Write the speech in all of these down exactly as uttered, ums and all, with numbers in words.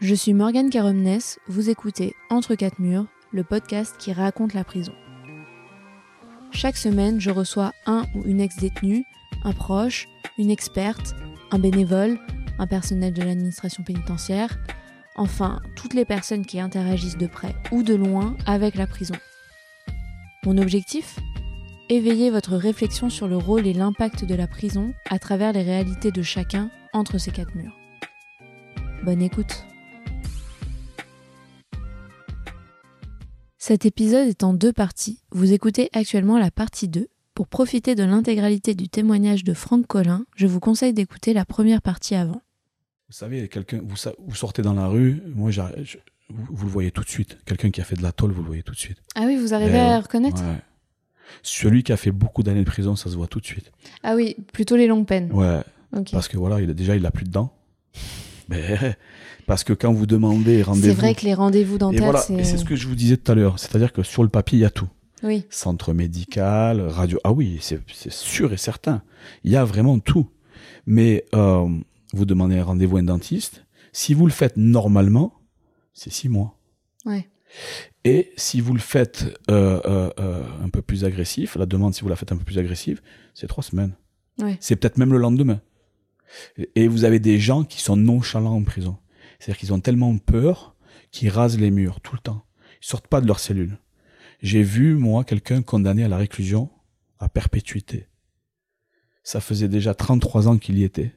Je suis Morgane Caromnes, vous écoutez Entre quatre murs, le podcast qui raconte la prison. Chaque semaine, je reçois un ou une ex-détenue, un proche, une experte, un bénévole, un personnel de l'administration pénitentiaire, enfin, toutes les personnes qui interagissent de près ou de loin avec la prison. Mon objectif ? Éveiller votre réflexion sur le rôle et l'impact de la prison à travers les réalités de chacun entre ces quatre murs. Bonne écoute. Cet épisode est en deux parties. Vous écoutez actuellement la partie deux. Pour profiter de l'intégralité du témoignage de Franck Collin, je vous conseille d'écouter la première partie avant. Vous savez, quelqu'un, vous, vous sortez dans la rue, moi, je, vous, vous le voyez tout de suite. Quelqu'un qui a fait de la tôle, vous le voyez tout de suite. Ah oui, vous arrivez Et à ouais, reconnaître ? Ouais. Celui qui a fait beaucoup d'années de prison, ça se voit tout de suite. Ah oui, plutôt les longues peines. Ouais, okay. Parce que voilà, il a, déjà, il a plus de dents. Mais, parce que quand vous demandez rendez-vous... C'est vrai que les rendez-vous dentaires, et voilà, c'est... Et c'est ce que je vous disais tout à l'heure. C'est-à-dire que sur le papier, il y a tout. Oui. Centre médical, radio... Ah oui, c'est, c'est sûr et certain. Il y a vraiment tout. Mais euh, vous demandez un rendez-vous à un dentiste. Si vous le faites normalement, c'est six mois. Ouais. Et si vous le faites euh, euh, euh, un peu plus agressif, la demande, si vous la faites un peu plus agressive, c'est trois semaines. Ouais. C'est peut-être même le lendemain. Et vous avez des gens qui sont nonchalants en prison. C'est-à-dire qu'ils ont tellement peur qu'ils rasent les murs tout le temps. Ils sortent pas de leur cellule. J'ai vu, moi, quelqu'un condamné à la réclusion à perpétuité. Ça faisait déjà trente-trois ans qu'il y était.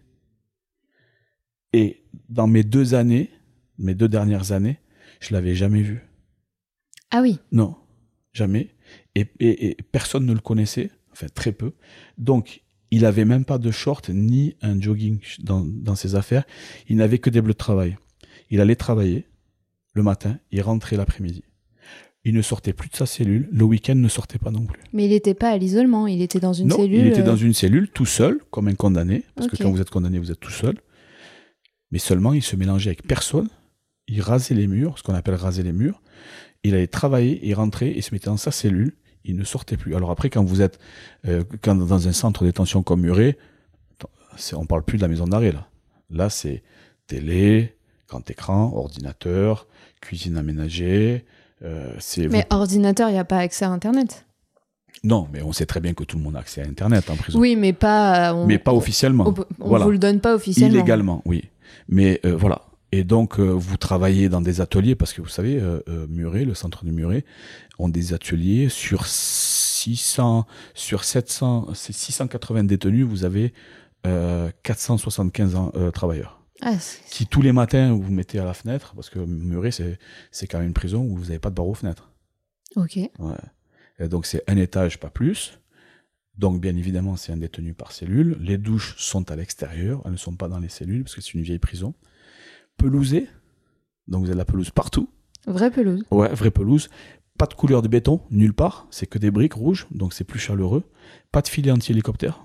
Et dans mes deux années, mes deux dernières années, je l'avais jamais vu. Ah oui. Non, jamais. Et, et, et personne ne le connaissait, enfin très peu. Donc, il avait même pas de short ni un jogging dans, dans ses affaires. Il n'avait que des bleus de travail. Il allait travailler le matin, il rentrait l'après-midi. Il ne sortait plus de sa cellule, le week-end ne sortait pas non plus. Mais il n'était pas à l'isolement, il était dans une non, cellule... il était euh... dans une cellule, tout seul, comme un condamné. Parce okay. que quand vous êtes condamné, vous êtes tout seul. Mais seulement, il se mélangeait avec personne. Il rasait les murs, ce qu'on appelle raser les murs. Il allait travailler, il rentrait, il se mettait dans sa cellule. Il ne sortait plus. Alors après, quand vous êtes euh, quand dans un centre de détention comme Muret, c'est, on parle plus de la maison d'arrêt, là. Là, c'est télé, grand écran, ordinateur, cuisine aménagée. Euh, c'est mais vous... ordinateur, il n'y a pas accès à Internet. Non, mais on sait très bien que tout le monde a accès à Internet en prison. Oui, mais pas... On, mais pas officiellement. On ne voilà. vous le donne pas officiellement. Illégalement, oui. Mais euh, voilà. Et donc, euh, vous travaillez dans des ateliers, parce que vous savez, euh, euh, Muret, le centre de Muret, ont des ateliers sur six cents, sur sept cents, c'est six cent quatre-vingts détenus, vous avez euh, quatre cent soixante-quinze euh, travailleurs. Ah, c'est... Qui tous les matins, vous, vous mettez à la fenêtre, parce que Muret, c'est, c'est quand même une prison où vous n'avez pas de barreaux aux fenêtres. Ok. Ouais. Et donc, c'est un étage, pas plus. Donc, bien évidemment, c'est un détenu par cellule. Les douches sont à l'extérieur, elles ne sont pas dans les cellules, parce que c'est une vieille prison. Pelousée, donc vous avez de la pelouse partout. Vraie pelouse. Ouais, vraie pelouse. Pas de couleur de béton, nulle part. C'est que des briques rouges, donc c'est plus chaleureux. Pas de filet anti-hélicoptère.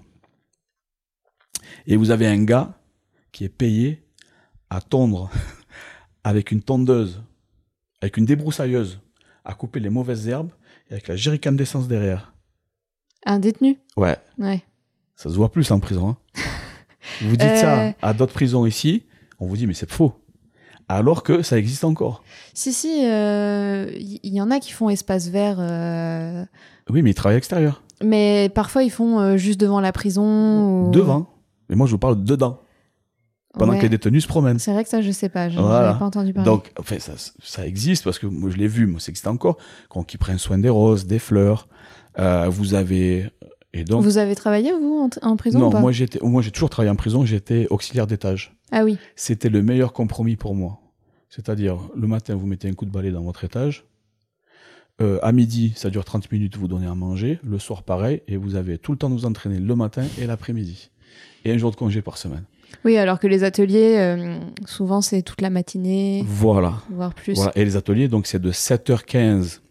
Et vous avez un gars qui est payé à tondre avec une tondeuse, avec une débroussailleuse, à couper les mauvaises herbes et avec la jerrycan d'essence derrière. Un détenu ? Ouais. Ouais. Ça se voit plus en prison. Hein. Vous dites euh... ça à d'autres prisons ici, on vous dit mais c'est faux. Alors que ça existe encore. Si, si, il euh, y, y en a qui font espace vert. Euh... Oui, mais ils travaillent à l'extérieur. Mais parfois, ils font euh, juste devant la prison. Ou... Devant. Mais moi, je vous parle dedans. Pendant ouais. que les détenus se promènent. C'est vrai que ça, je sais pas. Je voilà. n'avais pas entendu parler. Donc, en fait, ça, ça existe parce que moi, je l'ai vu. Moi, ça existe encore. Quand ils prennent soin des roses, des fleurs. Euh, vous avez... Et donc... Vous avez travaillé, vous, en, en prison non, ou pas ? moi, j'étais... moi, j'ai toujours travaillé en prison. J'étais auxiliaire d'étage. Ah oui. C'était le meilleur compromis pour moi. C'est-à-dire, le matin, vous mettez un coup de balai dans votre étage. Euh, à midi, ça dure trente minutes, vous donnez à manger. Le soir, pareil. Et vous avez tout le temps de vous entraîner le matin et l'après-midi. Et un jour de congé par semaine. Oui, alors que les ateliers, euh, souvent, c'est toute la matinée. Voilà. Voire plus. Voilà. Et les ateliers, donc, c'est de sept heures quinze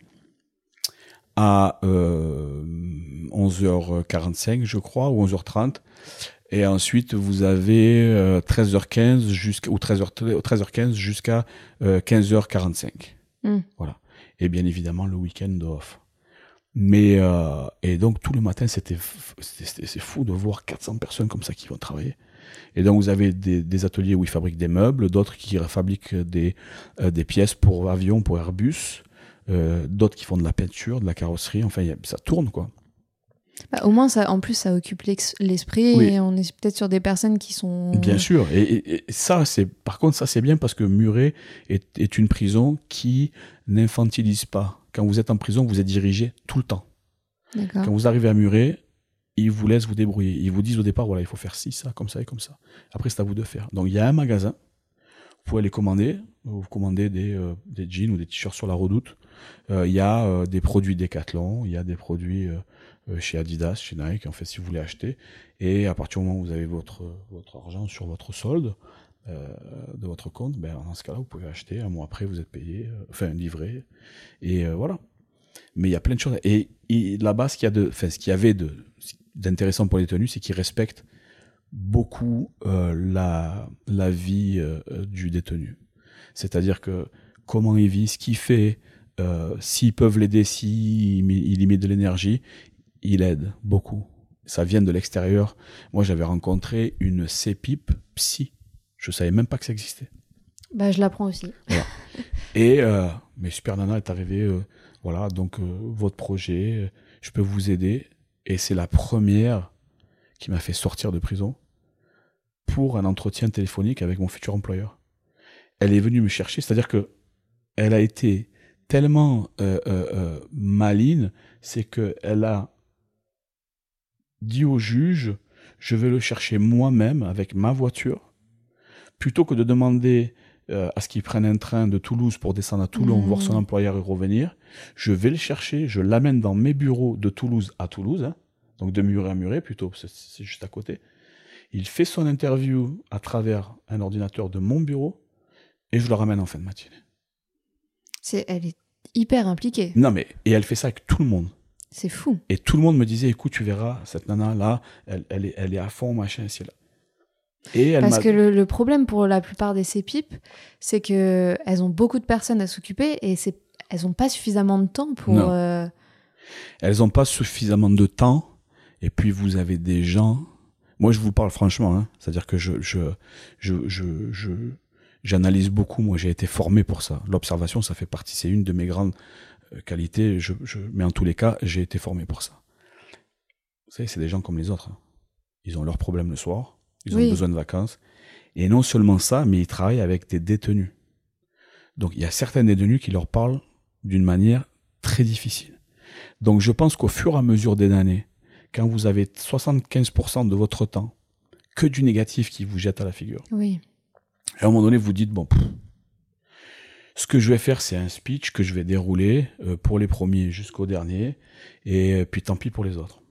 à euh, onze heures quarante-cinq, je crois, ou onze heures trente. Et ensuite, vous avez euh, treize heures quinze jusqu'à, ou treize heures quinze jusqu'à euh, quinze heures quarante-cinq. Mm. Voilà. Et bien évidemment, le week-end off. Mais, euh, et donc, tout le matin, c'était, c'était, c'est fou de voir quatre cents personnes comme ça qui vont travailler. Et donc, vous avez des, des ateliers où ils fabriquent des meubles, d'autres qui fabriquent des, euh, des pièces pour avions, pour Airbus, euh, d'autres qui font de la peinture, de la carrosserie. Enfin, y a, ça tourne, quoi. Bah, au moins, ça, en plus, ça occupe l'ex- l'esprit Oui. et on est peut-être sur des personnes qui sont... Bien sûr. Et, et, et ça, c'est, par contre, ça, c'est bien parce que Muret est, est une prison qui n'infantilise pas. Quand vous êtes en prison, vous êtes dirigé tout le temps. D'accord. Quand vous arrivez à Muret, ils vous laissent vous débrouiller. Ils vous disent au départ, voilà, il faut faire ci, ça, comme ça et comme ça. Après, c'est à vous de faire. Donc, il y a un magasin. Vous pouvez les commander. Vous commandez des, euh, des jeans ou des t-shirts sur la Redoute. Euh, il y a euh, des produits Decathlon. Il y a des produits euh, euh, chez Adidas, chez Nike, en fait, si vous voulez acheter. Et à partir du moment où vous avez votre, votre argent sur votre solde euh, de votre compte, ben, dans ce cas-là, vous pouvez acheter. Un mois après, vous êtes payé, euh, enfin, livré. Et euh, voilà. Mais il y a plein de choses. Et, et là-bas, ce qu'il y a de, enfin, ce qu'il y avait de, d'intéressant pour les détenus, c'est qu'ils respectent beaucoup euh, la, la vie euh, du détenu. C'est-à-dire que comment il vit, ce qu'il fait, euh, s'ils peuvent l'aider, s'il il y met de l'énergie, il aide beaucoup. Ça vient de l'extérieur. Moi, j'avais rencontré une C P I P psy. Je savais même pas que ça existait. Bah, je l'apprends aussi. Voilà. Et euh, mais Super Nana est arrivée. Euh, voilà, donc euh, votre projet, euh, je peux vous aider. Et c'est la première qui m'a fait sortir de prison pour un entretien téléphonique avec mon futur employeur. Elle est venue me chercher, c'est-à-dire que elle a été tellement euh, euh, euh, maligne, c'est qu'elle a dit au juge, je vais le chercher moi-même avec ma voiture, plutôt que de demander euh, à ce qu'il prenne un train de Toulouse pour descendre à Toulon, mmh. voir son employeur et revenir. Je vais le chercher, je l'amène dans mes bureaux de Toulouse à Toulouse, hein, donc de Muret à Muret plutôt, c'est, c'est juste à côté. Il fait son interview à travers un ordinateur de mon bureau et je le ramène en fin de matinée. C'est, elle est hyper impliquée. Non mais, et elle fait ça avec tout le monde. C'est fou. Et tout le monde me disait, écoute, tu verras, cette nana-là, elle, elle, est, elle est à fond, machin, c'est là. Et elle Parce m'a... que le, le problème pour la plupart des C P I P, c'est qu'elles ont beaucoup de personnes à s'occuper et c'est, elles n'ont pas suffisamment de temps pour... Non. Euh... Elles n'ont pas suffisamment de temps. Et puis, vous avez des gens... Moi, je vous parle franchement, hein, c'est-à-dire que je, je, je, je, je, j'analyse beaucoup. Moi, j'ai été formé pour ça. L'observation, ça fait partie, c'est une de mes grandes qualités. Je, je... Mais en tous les cas, j'ai été formé pour ça. Vous savez, c'est des gens comme les autres. Hein. Ils ont leurs problèmes le soir. Ils ont oui. besoin de vacances. Et non seulement ça, mais ils travaillent avec des détenus. Donc, il y a certains détenus qui leur parlent d'une manière très difficile. Donc, je pense qu'au fur et à mesure des années, quand vous avez soixante-quinze pour cent de votre temps que du négatif qui vous jette à la figure, oui. à un moment donné, vous dites, bon, pff, ce que je vais faire, c'est un speech que je vais dérouler euh, pour les premiers jusqu'aux derniers, et puis tant pis pour les autres.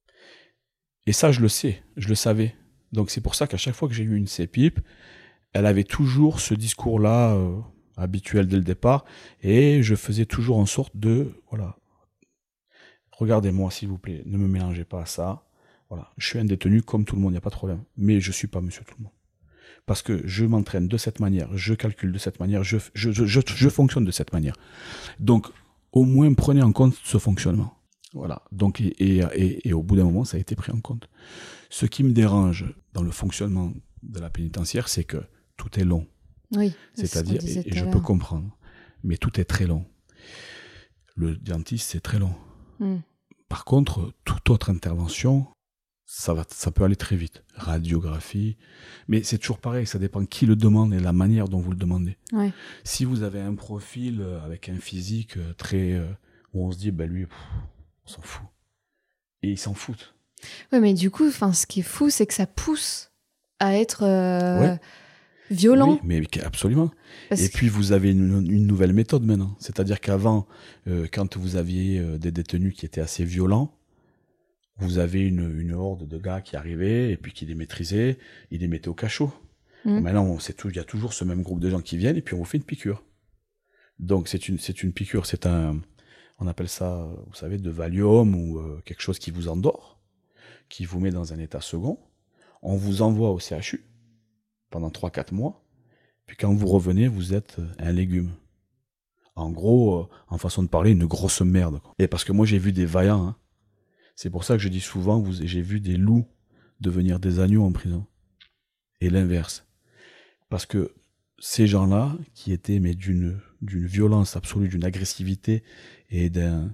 Et ça, je le sais, je le savais. Donc c'est pour ça qu'à chaque fois que j'ai eu une C P I P, elle avait toujours ce discours-là euh, habituel dès le départ, et je faisais toujours en sorte de, voilà, regardez-moi s'il vous plaît, ne me mélangez pas à ça. Voilà, je suis un détenu comme tout le monde, il n'y a pas de problème, mais je suis pas monsieur tout le monde. Parce que je m'entraîne de cette manière, je calcule de cette manière, je, je, je, je, je fonctionne de cette manière. Donc, au moins prenez en compte ce fonctionnement. Voilà. Donc, et, et, et, et au bout d'un moment, ça a été pris en compte. Ce qui me dérange dans le fonctionnement de la pénitentiaire, c'est que tout est long. Oui. C'est-à-dire, et, et je peux comprendre, mais tout est très long. Le dentiste, c'est très long. Mm. Par contre, toute autre intervention, ça va, ça peut aller très vite. Radiographie, mais c'est toujours pareil, ça dépend qui le demande et la manière dont vous le demandez. Ouais. Si vous avez un profil avec un physique très, où on se dit, bah lui, pff, on s'en fout. Et ils s'en foutent. Ouais, mais du coup, enfin, ce qui est fou, c'est que ça pousse à être euh, ouais. violent. Oui, mais absolument. Parce et puis, vous avez une, une nouvelle méthode maintenant. C'est-à-dire qu'avant, euh, quand vous aviez euh, des détenus qui étaient assez violents, vous avez une, une horde de gars qui arrivaient et puis qui les maîtrisaient, ils les mettaient au cachot. Mmh. Bon, maintenant, c'est tout, il y a toujours ce même groupe de gens qui viennent et puis on vous fait une piqûre. Donc, c'est une, c'est une piqûre, c'est un, on appelle ça, vous savez, de Valium ou euh, quelque chose qui vous endort, qui vous met dans un état second. On vous envoie au C H U pendant trois à quatre mois, puis quand vous revenez, vous êtes un légume. En gros, euh, en façon de parler, une grosse merde. Quoi. Et parce que moi, j'ai vu des vaillants, hein. C'est pour ça que je dis souvent, vous, j'ai vu des loups devenir des agneaux en prison. et l'inverse. Parce que ces gens-là, qui étaient mais d'une, d'une violence absolue, d'une agressivité et d'un,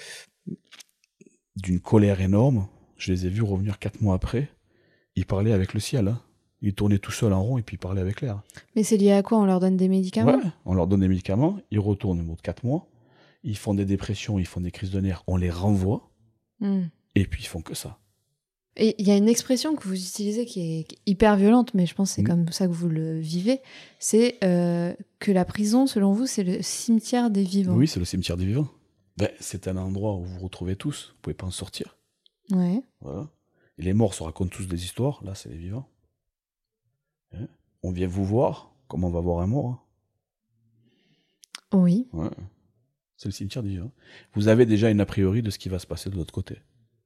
d'une colère énorme, je les ai vus revenir quatre mois après, ils parlaient avec le ciel. Hein. Ils tournaient tout seuls en rond et puis ils parlaient avec l'air. Mais c'est lié à quoi? On leur donne des médicaments? Ouais, on leur donne des médicaments, ils retournent au bout de quatre mois, ils font des dépressions, ils font des crises de nerfs, on les renvoie, mm. et puis ils font que ça. Et il y a une expression que vous utilisez qui est hyper violente, mais je pense que c'est mmh. comme ça que vous le vivez, c'est euh, que la prison, selon vous, c'est le cimetière des vivants. Oui, c'est le cimetière des vivants. Ben, c'est un endroit où vous vous retrouvez tous, vous pouvez pas en sortir. Ouais. Voilà. Et les morts se racontent tous des histoires, là c'est les vivants. Hein? On vient vous voir, comme on va voir un mort. Hein? Oui. Ouais. C'est le cimetière des vivants. Vous avez déjà une a priori de ce qui va se passer de l'autre côté.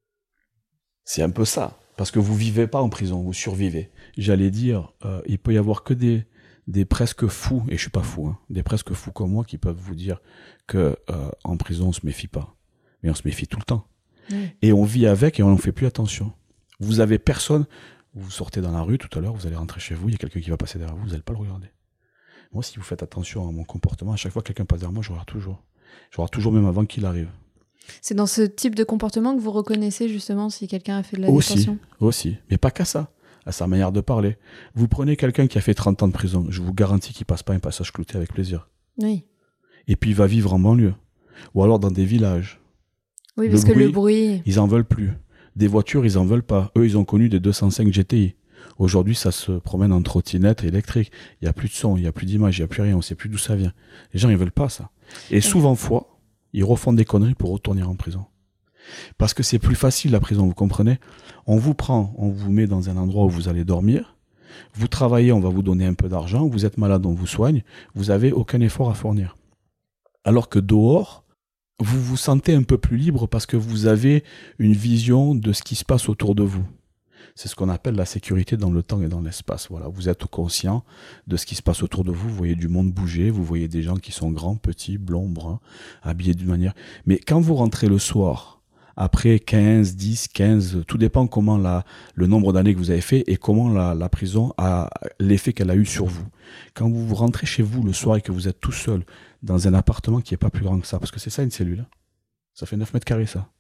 C'est un peu ça, parce que vous vivez pas en prison, vous survivez. J'allais dire, euh, il peut y avoir que des, des presque fous, et je suis pas fou, hein, des presque fous comme moi qui peuvent vous dire que euh, en prison on se méfie pas, mais on se méfie tout le temps. Mmh. Et on vit avec et on n'en fait plus attention. Vous avez personne, vous sortez dans la rue tout à l'heure, vous allez rentrer chez vous, il y a quelqu'un qui va passer derrière vous, vous n'allez pas le regarder. Moi, si vous faites attention à mon comportement, à chaque fois que quelqu'un passe derrière moi, je regarde toujours. Je regarde toujours même avant qu'il arrive. C'est dans ce type de comportement que vous reconnaissez justement si quelqu'un a fait de la aussi, détention? Aussi, mais pas qu'à ça, à sa manière de parler. Vous prenez quelqu'un qui a fait trente ans de prison, je vous garantis qu'il passe pas un passage clouté avec plaisir. Oui. Et puis il va vivre en banlieue, ou alors dans des villages. Oui, le parce bruit, que le bruit... Ils en veulent plus. Des voitures, ils en veulent pas. Eux, ils ont connu des deux cent cinq G T I. Aujourd'hui, ça se promène en trottinette électrique. Il n'y a plus de son, il n'y a plus d'image, il n'y a plus rien, on ne sait plus d'où ça vient. Les gens, ils veulent pas ça. Et souvent, fois, ils refont des conneries pour retourner en prison. Parce que c'est plus facile la prison, vous comprenez? On vous prend, on vous met dans un endroit où vous allez dormir, vous travaillez, on va vous donner un peu d'argent, vous êtes malade, on vous soigne, vous n'avez aucun effort à fournir. Alors que dehors, vous vous sentez un peu plus libre parce que vous avez une vision de ce qui se passe autour de vous. C'est ce qu'on appelle la sécurité dans le temps et dans l'espace. Voilà, vous êtes conscient de ce qui se passe autour de vous, vous voyez du monde bouger, vous voyez des gens qui sont grands, petits, blonds, bruns, habillés d'une manière. Mais quand vous rentrez le soir, après quinze, dix, quinze, tout dépend comment la, le nombre d'années que vous avez fait et comment la, la prison a l'effet qu'elle a eu sur vous. Quand vous rentrez chez vous le soir et que vous êtes tout seul dans un appartement qui n'est pas plus grand que ça, parce que c'est ça une cellule, hein. Ça fait neuf mètres carrés ça.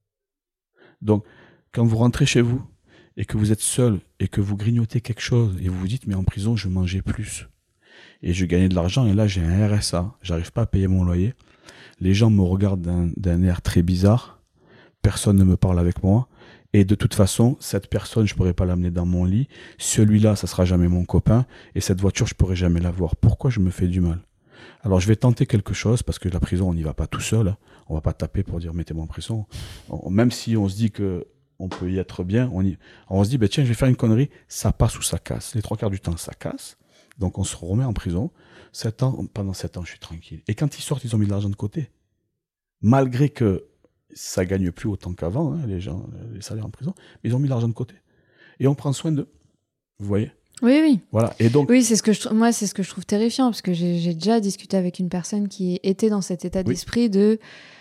Donc, quand vous rentrez chez vous, et que vous êtes seul, et que vous grignotez quelque chose, et vous vous dites, mais en prison, je mangeais plus. Et je gagnais de l'argent, et là, j'ai un R S A, j'arrive pas à payer mon loyer. Les gens me regardent d'un, d'un air très bizarre, personne ne me parle avec moi, et de toute façon, cette personne, je pourrais pas l'amener dans mon lit, celui-là, ça sera jamais mon copain, et cette voiture, je pourrais jamais l'avoir. Pourquoi je me fais du mal? Alors, je vais tenter quelque chose, parce que la prison, on n'y va pas tout seul, on va pas taper pour dire, mettez-moi en prison. Même si on se dit que on peut y être bien, on, y, on se dit, bah, tiens, je vais faire une connerie, ça passe ou ça casse. Les trois quarts du temps, ça casse. Donc, on se remet en prison. Sept ans, pendant sept ans, je suis tranquille. Et quand ils sortent, ils ont mis de l'argent de côté. Malgré que ça gagne plus autant qu'avant, hein, les gens, les salaires en prison, mais ils ont mis de l'argent de côté. Et on prend soin d'eux. Vous voyez? Oui, oui. Voilà. Et donc, oui, c'est ce que je, moi, c'est ce que je trouve terrifiant, parce que j'ai, j'ai déjà discuté avec une personne qui était dans cet état d'esprit oui. de...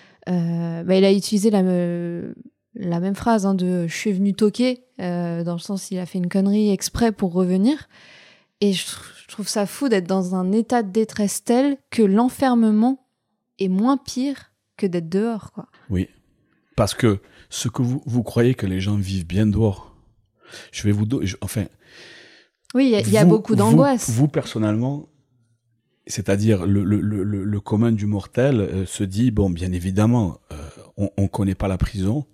Euh, bah, il a utilisé la... Me, la même phrase hein, de je suis venu toquer euh, dans le sens il a fait une connerie exprès pour revenir et je, je trouve ça fou d'être dans un état de détresse tel que l'enfermement est moins pire que d'être dehors quoi. Oui, parce que ce que vous, vous croyez que les gens vivent bien dehors, je vais vous donner, enfin oui il y, y a beaucoup d'angoisse. Vous, vous personnellement, c'est-à-dire le, le, le, le commun du mortel euh, se dit bon bien évidemment euh, on, on connaît pas la prison.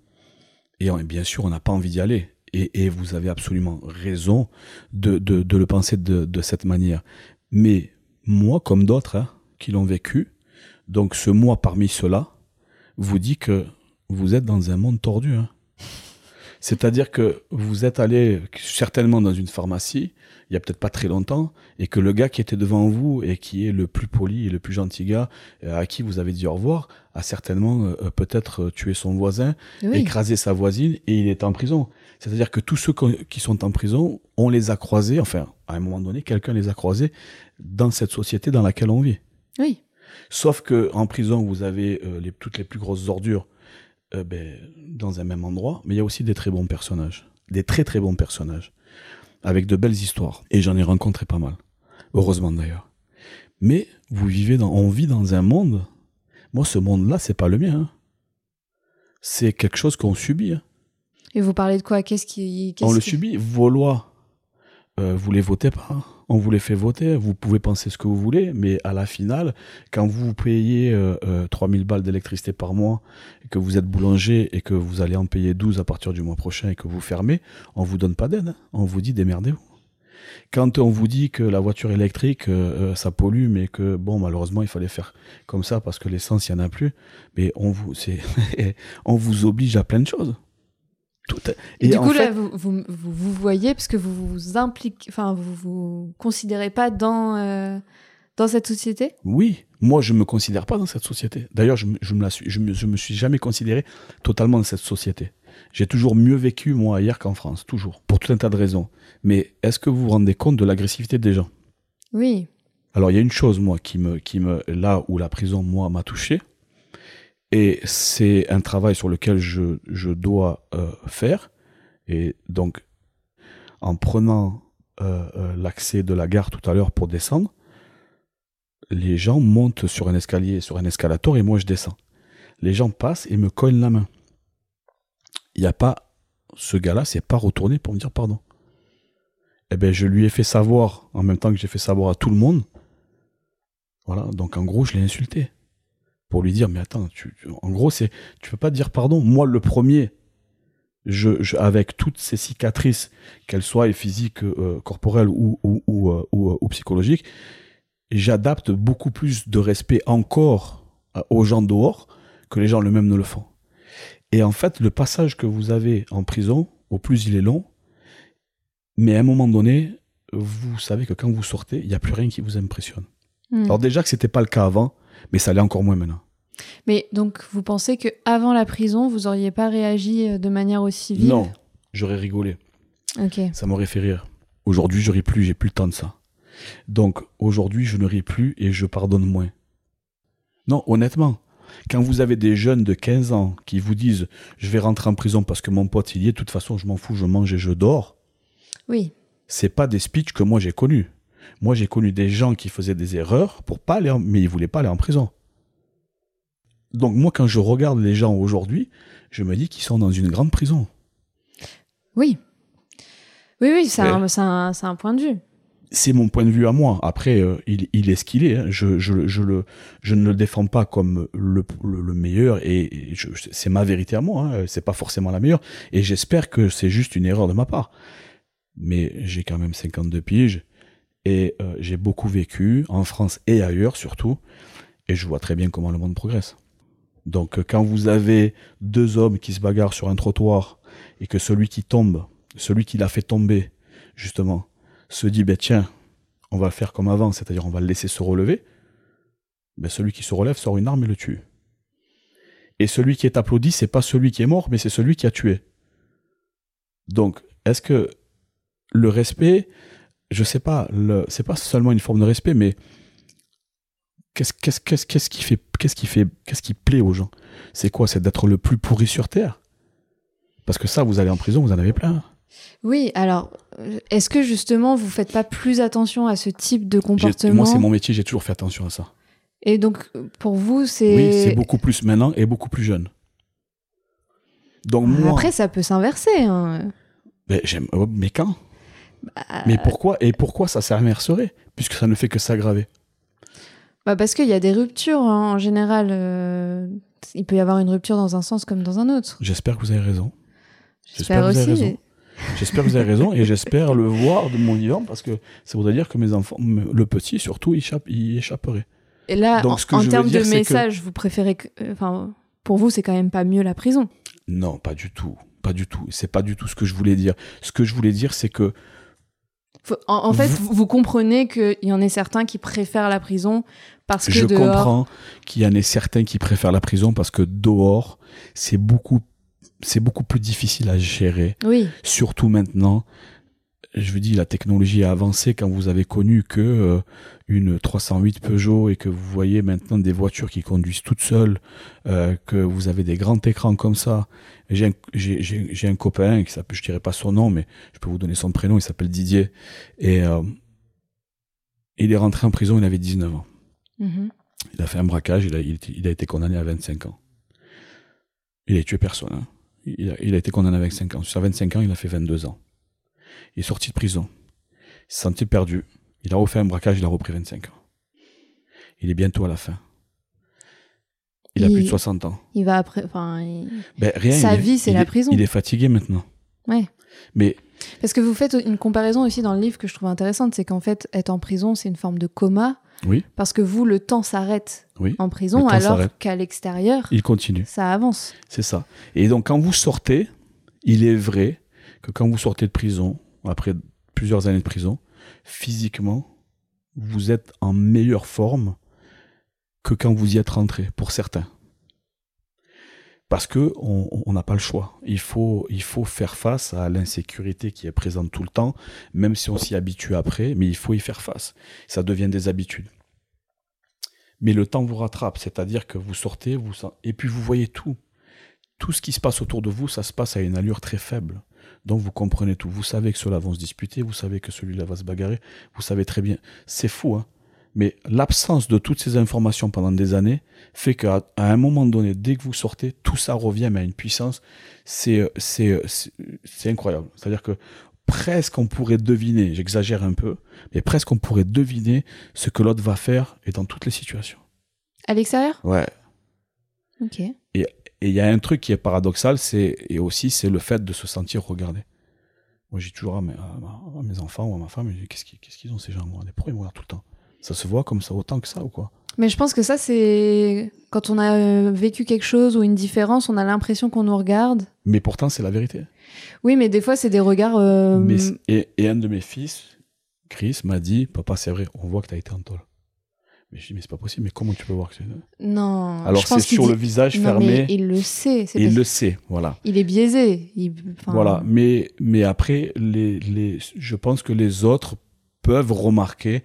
Et bien sûr, on n'a pas envie d'y aller. Et, et vous avez absolument raison de, de, de le penser de, de cette manière. Mais moi, comme d'autres hein, qui l'ont vécu, donc ce moi parmi ceux-là, vous dit que vous êtes dans un monde tordu. Hein. C'est-à-dire que vous êtes allé certainement dans une pharmacie, il y a peut-être pas très longtemps, et que le gars qui était devant vous et qui est le plus poli et le plus gentil gars à qui vous avez dit au revoir a certainement euh, peut-être tué son voisin, oui. écrasé sa voisine et il est en prison. C'est-à-dire que tous ceux qui sont en prison, on les a croisés, enfin à un moment donné, quelqu'un les a croisés dans cette société dans laquelle on vit. Oui. Sauf que en prison, vous avez euh, les, toutes les plus grosses ordures euh, ben, dans un même endroit, mais il y a aussi des très bons personnages, des très très bons personnages. avec de belles histoires. Et j'en ai rencontré pas mal. Heureusement d'ailleurs. Mais vous vivez dans, on vit dans un monde. Moi, ce monde-là, c'est pas le mien. Hein. C'est quelque chose qu'on subit. Hein. Et vous parlez de quoi? Qu'est-ce qui, qu'est-ce On le qui... subit. Vos lois, euh, vous les votez pas. Hein. On vous les fait voter. Vous pouvez penser ce que vous voulez, mais à la finale, quand vous payez euh, euh, trois mille balles d'électricité par mois, et que vous êtes boulanger et que vous allez en payer douze à partir du mois prochain et que vous fermez, on vous donne pas d'aide. Hein. On vous dit démerdez-vous. Quand on vous dit que la voiture électrique, euh, ça pollue, mais que, bon, malheureusement, il fallait faire comme ça parce que l'essence, il n'y en a plus, mais on vous, c'est, on vous oblige à plein de choses. Tout est... Et, et du coup, fait... là, vous, vous, vous, vous voyez, parce que vous vous impliquez, enfin, vous vous considérez pas dans, euh, dans cette société? Oui, moi, je me considère pas dans cette société. D'ailleurs, je, je, me, la suis, je, me, je me suis jamais considéré totalement dans cette société. J'ai toujours mieux vécu, moi, ailleurs qu'en France, toujours, pour tout un tas de raisons. Mais est-ce que vous vous rendez compte de l'agressivité des gens? Oui. Alors, il y a une chose, moi, qui me, qui me, là où la prison, moi, m'a touché, et c'est un travail sur lequel je, je dois euh, faire. Et donc, en prenant euh, euh, l'accès de la gare tout à l'heure pour descendre, les gens montent sur un escalier, sur un escalator, et moi, je descends. Les gens passent et me cognent la main. Il n'y a pas... Ce gars-là s'est pas retourné pour me dire pardon. Eh bien, je lui ai fait savoir, en même temps que j'ai fait savoir à tout le monde. Voilà, donc en gros, je l'ai insulté. Pour lui dire, mais attends, tu, tu, en gros, c'est, tu peux pas dire pardon. Moi, le premier, je, je, avec toutes ces cicatrices, qu'elles soient physiques, euh, corporelles ou, ou, ou, ou, ou, ou psychologiques, j'adapte beaucoup plus de respect encore aux gens dehors que les gens eux-mêmes ne le font. Et en fait, le passage que vous avez en prison, au plus il est long, mais à un moment donné, vous savez que quand vous sortez, il n'y a plus rien qui vous impressionne. Mmh. Alors déjà que c'était pas le cas avant, mais ça l'est encore moins maintenant. Mais donc, vous pensez qu'avant la prison, vous n'auriez pas réagi de manière aussi vive? Non, j'aurais rigolé. Ok. Ça m'aurait fait rire. Aujourd'hui, je ris plus, j'ai plus le temps de ça. Donc, aujourd'hui, je ne ris plus et je pardonne moins. Non, honnêtement, quand vous avez des jeunes de quinze ans qui vous disent « Je vais rentrer en prison parce que mon pote il y est, de toute façon, je m'en fous, je mange et je dors », oui. C'est pas des speeches que moi j'ai connus. Moi, j'ai connu des gens qui faisaient des erreurs pour pas aller en... mais ils voulaient pas aller en prison. Donc moi, quand je regarde les gens aujourd'hui, je me dis qu'ils sont dans une grande prison. Oui. Oui, oui, c'est, un, c'est, un, c'est un point de vue. C'est mon point de vue à moi. Après, euh, il, il est ce qu'il est. Hein. Je, je, je, le, je ne le défends pas comme le, le, le meilleur et, et je, c'est ma vérité à moi. Hein. C'est pas forcément la meilleure. Et j'espère que c'est juste une erreur de ma part. Mais j'ai quand même cinquante-deux piges et euh, j'ai beaucoup vécu en France et ailleurs surtout. Et je vois très bien comment le monde progresse. Donc quand vous avez deux hommes qui se bagarrent sur un trottoir et que celui qui tombe, celui qui l'a fait tomber, justement, se dit, ben tiens, on va faire comme avant, c'est-à-dire on va le laisser se relever, ben celui qui se relève sort une arme et le tue. Et celui qui est applaudi, c'est pas celui qui est mort, mais c'est celui qui a tué. Donc, est-ce que le respect, je sais pas, le, c'est pas seulement une forme de respect, mais Qu'est-ce, qu'est-ce, qu'est-ce, qu'est-ce qui fait, qu'est-ce qui fait, qu'est-ce qui plaît aux gens? C'est quoi? C'est d'être le plus pourri sur Terre? Parce que ça, vous allez en prison, vous en avez plein. Oui, alors, est-ce que justement, vous faites pas plus attention à ce type de comportement? J'ai, moi, c'est mon métier, j'ai toujours fait attention à ça. Et donc, pour vous, c'est... Oui, c'est beaucoup plus maintenant et beaucoup plus jeune. Donc moi... Après, ça peut s'inverser. Hein. Mais, j'aime... mais quand? Bah... Mais pourquoi? Et pourquoi ça s'inverserait? Puisque ça ne fait que s'aggraver. Bah parce qu'il y a des ruptures hein, en général. Euh, il peut y avoir une rupture dans un sens comme dans un autre. J'espère que vous avez raison. J'espère, j'espère que aussi. Vous avez raison. J'espère que vous avez raison et j'espère le voir de mon vivant parce que ça voudrait dire que mes enfants, le petit surtout, il, échappe, il échapperait. Et là, Donc, en, en termes de message, que... vous préférez que, enfin, pour vous, c'est quand même pas mieux la prison? Non, pas du tout, pas du tout. C'est pas du tout ce que je voulais dire. Ce que je voulais dire, c'est que Faut, en, en fait, vous... vous comprenez qu'il y en ait certains qui préfèrent la prison parce que je dehors... Je comprends qu'il y en ait certains qui préfèrent la prison parce que dehors, c'est beaucoup, c'est beaucoup plus difficile à gérer. Oui. Surtout maintenant. je vous dis, la technologie a avancé. Quand vous avez connu que euh, une trois cent huit Peugeot et que vous voyez maintenant des voitures qui conduisent toutes seules, euh, que vous avez des grands écrans comme ça. J'ai un, j'ai, j'ai, j'ai un copain qui s'appelle, je dirais pas son nom, mais je peux vous donner son prénom. Il s'appelle Didier et euh, il est rentré en prison. Il avait dix-neuf ans. Mm-hmm. Il a fait un braquage. Il a, il, il a été condamné à vingt-cinq ans. Il a tué personne. Hein. Il, a, il a été condamné à vingt-cinq ans. Sur vingt-cinq ans, il a fait vingt-deux ans. Il est sorti de prison. Il s'est senti perdu. Il a refait un braquage, il a repris vingt-cinq ans. Il est bientôt à la fin. Il, il a plus de soixante ans. Il va après. Enfin, il... ben, rien, Sa il vie, est, c'est il la est, prison. Il est fatigué maintenant. Ouais. Mais. Parce que vous faites une comparaison aussi dans le livre que je trouve intéressante, c'est qu'en fait, être en prison, c'est une forme de coma. Oui. Parce que vous, le temps s'arrête oui. en prison, alors s'arrête. Qu'à l'extérieur, il continue. Ça avance. C'est ça. Et donc, quand vous sortez, il est vrai que quand vous sortez de prison, après plusieurs années de prison, physiquement, vous êtes en meilleure forme que quand vous y êtes rentré, pour certains. Parce que on n'a pas le choix. Il faut, il faut faire face à l'insécurité qui est présente tout le temps, même si on s'y habitue après, mais il faut y faire face. Ça devient des habitudes. Mais le temps vous rattrape, c'est-à-dire que vous sortez, vous et puis vous voyez tout. Tout ce qui se passe autour de vous, ça se passe à une allure très faible. Donc vous comprenez tout. Vous savez que ceux-là vont se disputer, vous savez que celui-là va se bagarrer, vous savez très bien. C'est fou, hein. Mais l'absence de toutes ces informations pendant des années fait qu'à à un moment donné, dès que vous sortez, tout ça revient mais à une puissance. C'est, c'est, c'est, c'est incroyable. C'est-à-dire que presque on pourrait deviner, j'exagère un peu, mais presque on pourrait deviner ce que l'autre va faire et dans toutes les situations. À l'extérieur ? Ouais. Ok. Et il y a un truc qui est paradoxal, c'est, et aussi c'est le fait de se sentir regardé. Moi, j'ai toujours à mes, à mes enfants ou à ma femme, je dis, qu'est-ce qu'ils, qu'est-ce qu'ils ont ces gens ? Pourquoi ils me regardent tout le temps ? Ça se voit comme ça, autant que ça ou quoi ? Mais je pense que ça, c'est... Quand on a vécu quelque chose ou une différence, on a l'impression qu'on nous regarde. Mais pourtant, c'est la vérité. Oui, mais des fois, c'est des regards... Euh... Mais et, et un de mes fils, Chris, m'a dit, papa, c'est vrai, on voit que t'as été en tôle. Mais je dis, mais c'est pas possible, mais comment tu peux voir que c'est... Non. Alors, je pense c'est sur dit... le visage non, fermé. Mais il le sait. C'est il le sait, voilà. Il est biaisé. Il... Enfin... Voilà, mais, mais après, les, les, je pense que les autres peuvent remarquer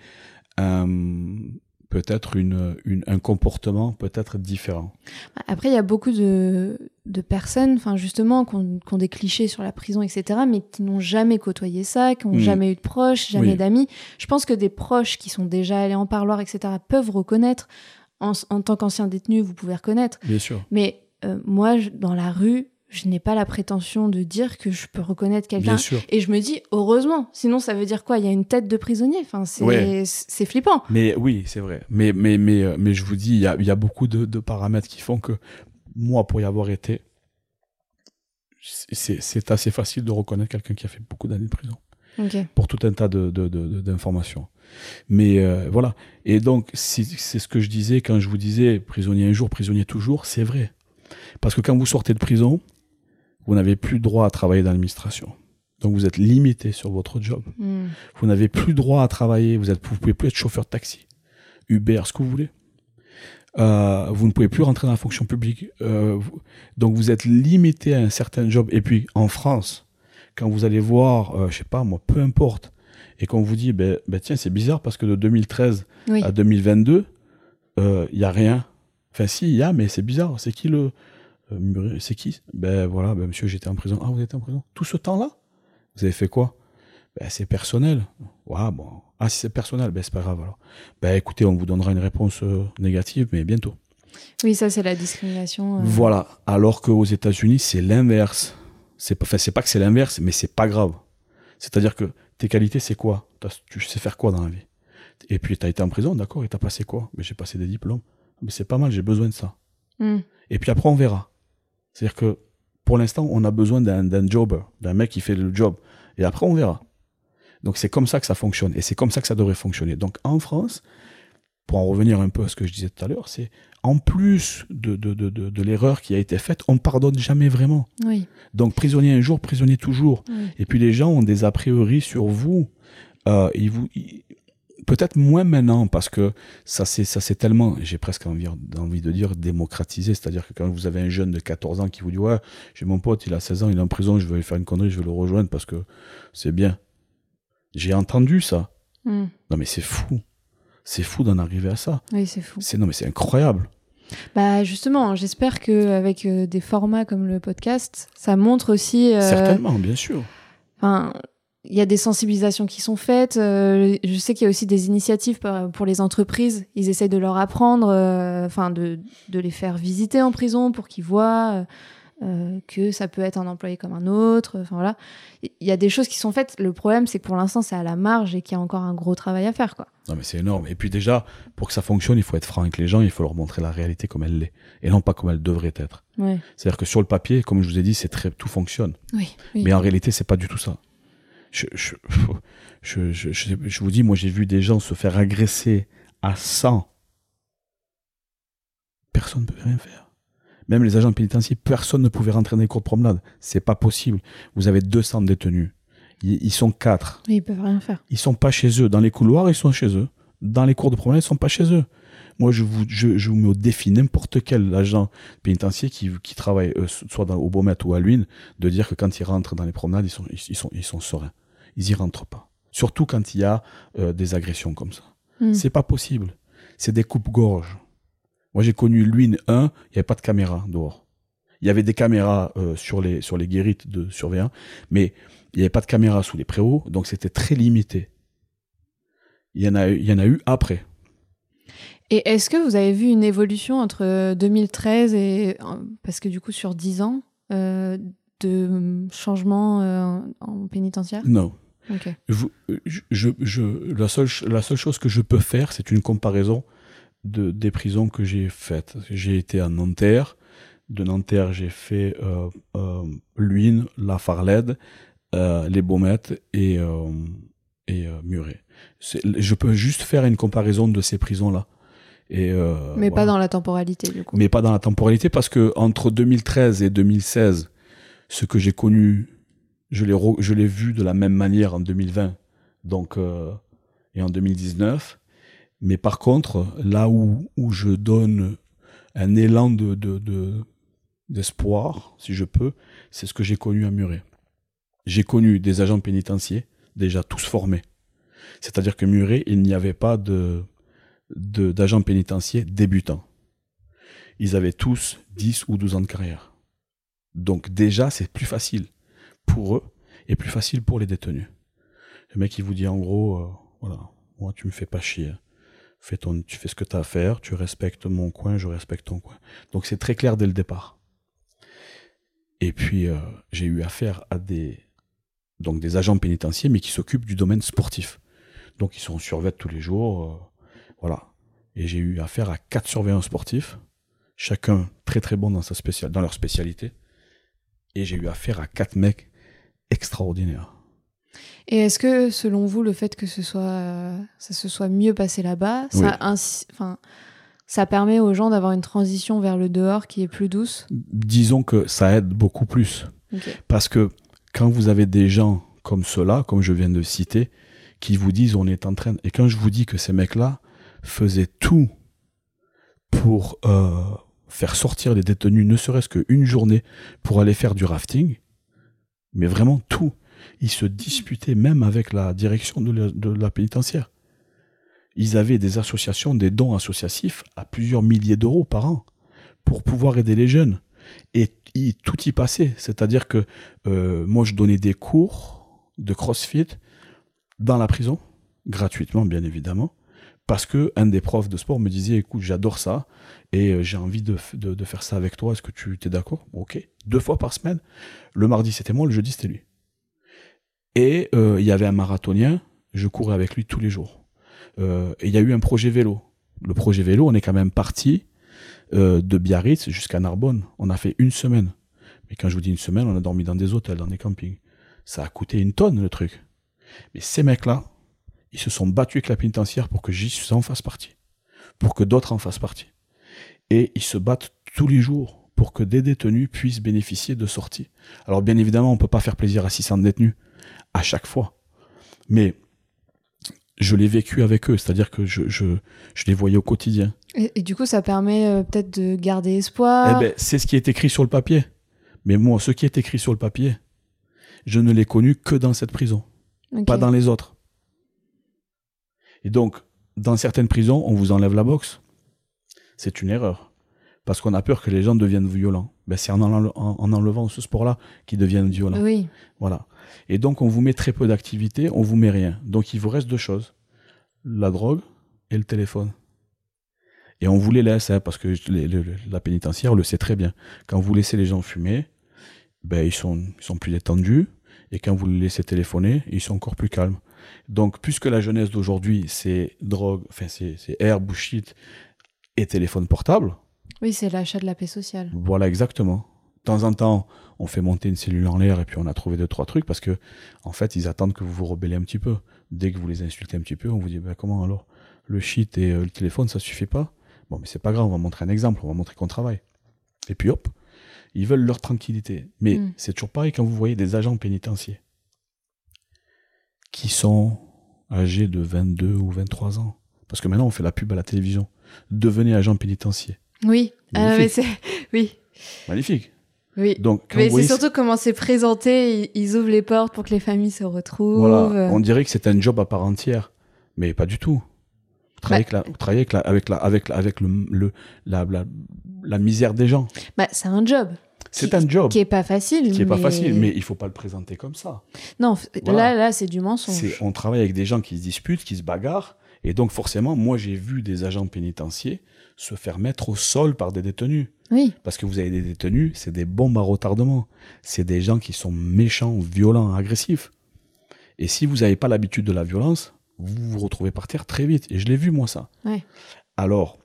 euh, peut-être une, une, un comportement peut-être différent. Après, il y a beaucoup de, de personnes, enfin justement, qui ont, qui ont des clichés sur la prison, et cetera, mais qui n'ont jamais côtoyé ça, qui n'ont mmh. jamais eu de proches, jamais oui. d'amis. Je pense que des proches qui sont déjà allés en parloir, et cetera, peuvent reconnaître. En, en tant qu'ancien détenu, vous pouvez reconnaître. Bien sûr. Mais euh, moi, je, dans la rue, je n'ai pas la prétention de dire que je peux reconnaître quelqu'un. Bien sûr. Et je me dis, heureusement. Sinon, ça veut dire quoi ? Il y a une tête de prisonnier. Enfin, c'est, ouais. c'est flippant. Mais oui, c'est vrai. Mais, mais, mais, mais je vous dis, il y a, il y a beaucoup de, de paramètres qui font que moi, pour y avoir été, c'est, c'est assez facile de reconnaître quelqu'un qui a fait beaucoup d'années de prison. Okay. Pour tout un tas de, de, de, de, d'informations. Mais euh, voilà. Et donc, c'est, c'est ce que je disais quand je vous disais prisonnier un jour, prisonnier toujours. C'est vrai. Parce que quand vous sortez de prison, vous n'avez plus droit à travailler dans l'administration. Donc vous êtes limité sur votre job. Mm. Vous n'avez plus droit à travailler, vous ne pouvez plus être chauffeur de taxi, Uber, ce que vous voulez. Euh, vous ne pouvez plus rentrer dans la fonction publique. Euh, vous, donc vous êtes limité à un certain job. Et puis en France, quand vous allez voir, euh, je ne sais pas moi, peu importe, et qu'on vous dit, ben, ben tiens, c'est bizarre parce que de deux mille treize oui. à deux mille vingt-deux, il euh, n'y a rien. Enfin si, il y a, mais c'est bizarre. C'est qui le... Euh, c'est qui ? Ben voilà, ben monsieur, j'étais en prison. Ah, vous étiez en prison ? Tout ce temps-là ? Vous avez fait quoi ? Ben c'est personnel. Ouais, bon. Ah, si c'est personnel, ben c'est pas grave alors. Ben écoutez, on vous donnera une réponse euh, négative, mais bientôt. Oui, ça c'est la discrimination. Euh... Voilà. Alors qu'aux États-Unis, c'est l'inverse. C'est pas, enfin, c'est pas que c'est l'inverse, mais c'est pas grave. C'est-à-dire que tes qualités, c'est quoi ? Tu sais faire quoi dans la vie ? Et puis t'as été en prison, d'accord ? Et t'as passé quoi ? Ben j'ai passé des diplômes. Mais c'est pas mal, j'ai besoin de ça. Mm. Et puis après, on verra. C'est-à-dire que pour l'instant, on a besoin d'un, d'un jobber, d'un mec qui fait le job. Et après, on verra. Donc, c'est comme ça que ça fonctionne. Et c'est comme ça que ça devrait fonctionner. Donc, en France, pour en revenir un peu à ce que je disais tout à l'heure, c'est en plus de, de, de, de, de l'erreur qui a été faite, on ne pardonne jamais vraiment. Oui. Donc, prisonnier un jour, prisonnier toujours. Oui. Et puis, les gens ont des a priori sur vous. Euh, ils vous... Ils, peut-être moins maintenant, parce que ça c'est, ça c'est tellement, j'ai presque envie, envie de dire, démocratisé. C'est-à-dire que quand vous avez un jeune de quatorze ans qui vous dit « Ouais, j'ai mon pote, il a seize ans, il est en prison, je vais lui faire une connerie, je vais le rejoindre parce que c'est bien. » J'ai entendu ça. Mm. Non, mais c'est fou. C'est fou d'en arriver à ça. Oui, c'est fou. C'est, non, mais c'est incroyable. Bah justement, j'espère qu'avec euh, des formats comme le podcast, ça montre aussi... Euh, Certainement, bien sûr. Enfin, il y a des sensibilisations qui sont faites. Euh, je sais qu'il y a aussi des initiatives pour, pour les entreprises. Ils essayent de leur apprendre, enfin euh, de, de les faire visiter en prison pour qu'ils voient... Euh, que ça peut être un employé comme un autre. Enfin voilà, il y a des choses qui sont faites. Le problème, c'est que pour l'instant, c'est à la marge et qu'il y a encore un gros travail à faire, quoi. Non, mais c'est énorme. Et puis déjà, pour que ça fonctionne, il faut être franc avec les gens, il faut leur montrer la réalité comme elle l'est, et non pas comme elle devrait être. Ouais. C'est-à-dire que sur le papier, comme je vous ai dit, c'est très, tout fonctionne. Oui, oui. Mais en réalité, c'est pas du tout ça. Je, je, je, je, je, je vous dis, moi, j'ai vu des gens se faire agresser à cent. Personne ne peut rien faire. Même les agents pénitentiaires, personne ne pouvait rentrer dans les cours de promenade. C'est pas possible. Vous avez deux cents détenus. Ils sont quatre. Mais ils peuvent rien faire. Ils sont pas chez eux. Dans les couloirs, ils sont chez eux. Dans les cours de promenade, ils sont pas chez eux. Moi, je vous, je, je vous mets au défi n'importe quel agent pénitentiaire qui, qui travaille euh, soit dans, au Beaumet ou à Luynes, de dire que quand ils rentrent dans les promenades, ils sont, ils, ils sont, ils sont sereins. Ils y rentrent pas. Surtout quand il y a euh, des agressions comme ça. Mm. C'est pas possible. C'est des coupes-gorges. Moi, j'ai connu Luynes un, il n'y avait pas de caméra dehors. Il y avait des caméras euh, sur les sur les guérites de surveillants, mais il n'y avait pas de caméra sous les préaux, donc c'était très limité. Il y en a il y en a eu après. Et est-ce que vous avez vu une évolution entre deux mille treize et... Parce que du coup, sur dix ans, euh, de changement euh, en pénitentiaire ? Non. Okay. Je, je, je, la, seule, la seule chose que je peux faire, c'est une comparaison de, des prisons que j'ai faites. J'ai été à Nanterre. De Nanterre, j'ai fait euh, euh, Luynes, La Farlède, euh, les Baumettes et, euh, et euh, Muret. C'est, je peux juste faire une comparaison de ces prisons-là. Et, euh, Mais voilà. pas dans la temporalité, du coup. Mais pas dans la temporalité, parce que entre deux mille treize et deux mille seize, ce que j'ai connu, je l'ai, re, je l'ai vu de la même manière en deux mille vingt, donc, euh, et en deux mille dix-neuf. Mais par contre, là où, où je donne un élan de, de, de, d'espoir, si je peux, c'est ce que j'ai connu à Muret. J'ai connu des agents pénitentiaires, déjà tous formés. C'est-à-dire que Muret, il n'y avait pas de, de, d'agents pénitentiaires débutants. Ils avaient tous dix ou douze ans de carrière. Donc déjà, c'est plus facile pour eux et plus facile pour les détenus. Le mec, il vous dit en gros, euh, voilà, moi, tu me fais pas chier. Fais ton, tu fais ce que tu as à faire, tu respectes mon coin, je respecte ton coin. Donc c'est très clair dès le départ. Et puis, euh, j'ai eu affaire à des, donc des agents pénitentiaires, mais qui s'occupent du domaine sportif. Donc ils sont en survêt tous les jours, euh, voilà. Et j'ai eu affaire à quatre surveillants sportifs, chacun très très bon dans, sa spécial, dans leur spécialité. Et j'ai eu affaire à quatre mecs extraordinaires. Et est-ce que, selon vous, le fait que ce soit, euh, ça se soit mieux passé là-bas, oui. ça, insi- ça permet aux gens d'avoir une transition vers le dehors qui est plus douce ? Disons que ça aide beaucoup plus. Okay. Parce que quand vous avez des gens comme ceux-là, comme je viens de citer, qui vous disent on est en train... Et quand je vous dis que ces mecs-là faisaient tout pour euh, faire sortir les détenus, ne serait-ce qu'une journée, pour aller faire du rafting, mais vraiment tout. Ils se disputaient même avec la direction de la, de la pénitentiaire. Ils avaient des associations, des dons associatifs à plusieurs milliers d'euros par an pour pouvoir aider les jeunes. Et y, tout y passait. C'est-à-dire que euh, moi, je donnais des cours de CrossFit dans la prison, gratuitement, bien évidemment, parce qu'un des profs de sport me disait, écoute, j'adore ça, et euh, j'ai envie de, de, de faire ça avec toi, est-ce que tu es d'accord ? Ok. Deux fois par semaine. Le mardi, c'était moi, le jeudi, c'était lui. Et il euh, y avait un marathonien, je courais avec lui tous les jours. Euh, et il y a eu un projet vélo. Le projet vélo, on est quand même parti euh, de Biarritz jusqu'à Narbonne. On a fait une semaine. Mais quand je vous dis une semaine, on a dormi dans des hôtels, dans des campings. Ça a coûté une tonne, le truc. Mais ces mecs-là, ils se sont battus avec la pénitentiaire pour que j'y en fasse partie. Pour que d'autres en fassent partie. Et ils se battent tous les jours pour que des détenus puissent bénéficier de sorties. Alors bien évidemment, on ne peut pas faire plaisir à six cents détenus à chaque fois. Mais je l'ai vécu avec eux, c'est-à-dire que je, je, je les voyais au quotidien. Et, et du coup, ça permet euh, peut-être de garder espoir. Eh ben, c'est ce qui est écrit sur le papier. Mais moi, ce qui est écrit sur le papier, je ne l'ai connu que dans cette prison, okay. Pas dans les autres. Et donc, dans certaines prisons, on vous enlève la boxe. C'est une erreur. Parce qu'on a peur que les gens deviennent violents. Ben, c'est en, enle- en, en enlevant ce sport-là qu'ils deviennent violents. Oui. Voilà. Et donc, on vous met très peu d'activités, on vous met rien. Donc, il vous reste deux choses. La drogue et le téléphone. Et on vous les laisse, hein, parce que les, les, la pénitentiaire le sait très bien. Quand vous laissez les gens fumer, ben, ils sont, ils sont plus détendus. Et quand vous les laissez téléphoner, ils sont encore plus calmes. Donc, puisque la jeunesse d'aujourd'hui, c'est drogue, enfin, c'est, c'est air, bullshit et téléphone portable. Oui, c'est l'achat de la paix sociale. Voilà, exactement. De temps en temps, on fait monter une cellule en l'air et puis on a trouvé deux, trois trucs parce que, en fait, ils attendent que vous vous rebellez un petit peu. Dès que vous les insultez un petit peu, on vous dit, ben, comment alors? Le shit et euh, le téléphone, ça suffit pas? Bon, mais c'est pas grave, on va montrer un exemple, on va montrer qu'on travaille. Et puis hop, ils veulent leur tranquillité. Mais mm. c'est toujours pareil quand vous voyez des agents pénitentiaires qui sont âgés de vingt-deux ou vingt-trois ans. Parce que maintenant, on fait la pub à la télévision. Devenez agent pénitentiaire. Oui, ah, mais c'est... oui. Magnifique. Oui, donc, mais c'est surtout comment c'est présenté, ils ouvrent les portes pour que les familles se retrouvent. Voilà, on dirait que c'est un job à part entière, mais pas du tout. Vous travaillez, bah, avec, la, vous travaillez avec, la, avec, la, avec, la, avec le, le, la, la, la misère des gens. Bah, c'est un job. C'est qui, un job. Qui est pas facile. Qui est mais... pas facile, mais il faut pas le présenter comme ça. Non, voilà. là, là, c'est du mensonge. C'est, on travaille avec des gens qui se disputent, qui se bagarrent, et donc forcément, moi j'ai vu des agents pénitentiaires se faire mettre au sol par des détenus. Oui. Parce que vous avez des détenus, c'est des bombes à retardement. C'est des gens qui sont méchants, violents, agressifs. Et si vous n'avez pas l'habitude de la violence, vous vous retrouvez par terre très vite. Et je l'ai vu, moi, ça. Ouais. Alors,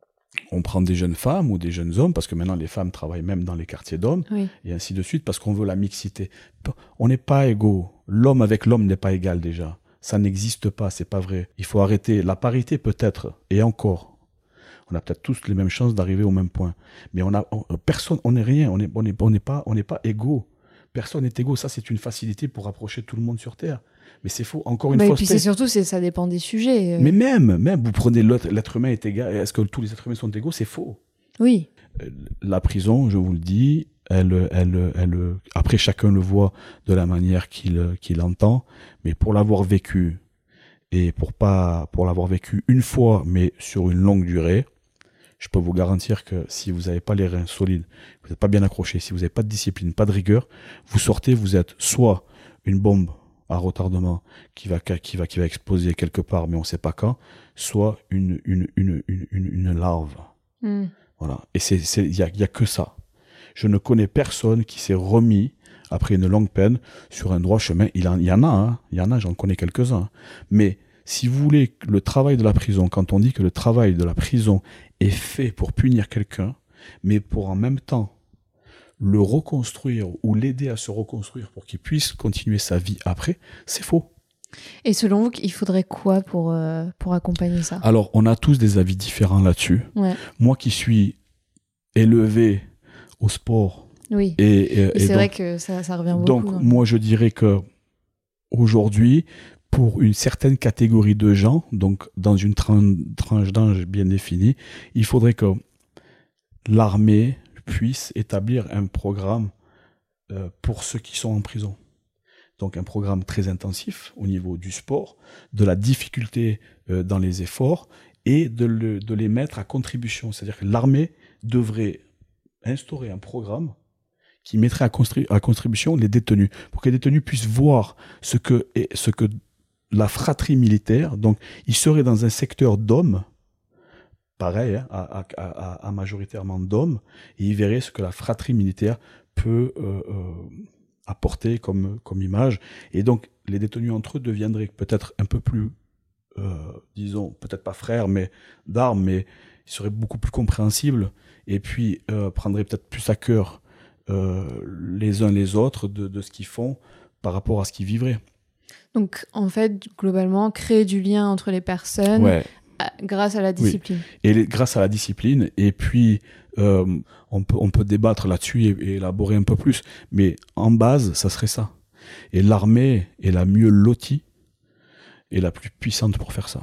on prend des jeunes femmes ou des jeunes hommes, parce que maintenant, les femmes travaillent même dans les quartiers d'hommes, oui. et ainsi de suite, parce qu'on veut la mixité. On n'est pas égaux. L'homme avec l'homme n'est pas égal, déjà. Ça n'existe pas, c'est pas vrai. Il faut arrêter. La parité, peut-être, et encore... On a peut-être tous les mêmes chances d'arriver au même point. Mais on a, on, personne, on n'est rien, on n'est on est, on est pas, on n'est pas égaux. Personne n'est égaux. Ça, c'est une facilité pour rapprocher tout le monde sur Terre. Mais c'est faux. Encore une bah, fois. Et puis c'est surtout, c'est, ça dépend des sujets. Euh... Mais même, même, vous prenez l'autre, l'être humain est égal. Est-ce que tous les êtres humains sont égaux? C'est faux. Oui. La prison, je vous le dis, elle, elle, elle, après chacun le voit de la manière qu'il, qu'il entend. Mais pour l'avoir vécu et pour pas, pour l'avoir vécu une fois, mais sur une longue durée. Je peux vous garantir que si vous n'avez pas les reins solides, vous n'êtes pas bien accroché, si vous n'avez pas de discipline, pas de rigueur, vous sortez, vous êtes soit une bombe à retardement qui va, qui va, qui va exploser quelque part, mais on ne sait pas quand, soit une, une, une, une, une, une larve. Mm. Voilà. Et c'est, c'est, y a, y a que ça. Je ne connais personne qui s'est remis après une longue peine sur un droit chemin. Il, en, il y en a, hein. Il y en a, j'en connais quelques-uns. Mais si vous voulez le travail de la prison, quand on dit que le travail de la prison est fait pour punir quelqu'un, mais pour en même temps le reconstruire ou l'aider à se reconstruire pour qu'il puisse continuer sa vie après, c'est faux. Et selon vous, il faudrait quoi pour, euh, pour accompagner ça? Alors, on a tous des avis différents là-dessus. Ouais. Moi qui suis élevé au sport. Oui. Et, et, et, et c'est donc, vrai que ça, ça revient beaucoup. Donc, hein. moi, je dirais que aujourd'hui, pour une certaine catégorie de gens, donc dans une tranche d'âge bien définie, il faudrait que l'armée puisse établir un programme euh, pour ceux qui sont en prison. Donc un programme très intensif au niveau du sport, de la difficulté euh, dans les efforts et de, le, de les mettre à contribution. C'est-à-dire que l'armée devrait instaurer un programme qui mettrait à, constru- à contribution les détenus, pour que les détenus puissent voir ce que, ce que la fratrie militaire, donc ils seraient dans un secteur d'hommes, pareil, hein, à, à, à, à majoritairement d'hommes, et ils verraient ce que la fratrie militaire peut euh, euh, apporter comme, comme image. Et donc les détenus entre eux deviendraient peut-être un peu plus, euh, disons, peut-être pas frères, mais d'armes, mais ils seraient beaucoup plus compréhensibles, et puis euh, prendraient peut-être plus à cœur euh, les uns les autres de, de ce qu'ils font par rapport à ce qu'ils vivraient. Donc, en fait, globalement, créer du lien entre les personnes ouais. à, grâce à la discipline. Oui. Et les, grâce à la discipline, et puis euh, on, peut, on peut débattre là-dessus et, et élaborer un peu plus, mais en base, ça serait ça. Et l'armée est la mieux lotie et la plus puissante pour faire ça.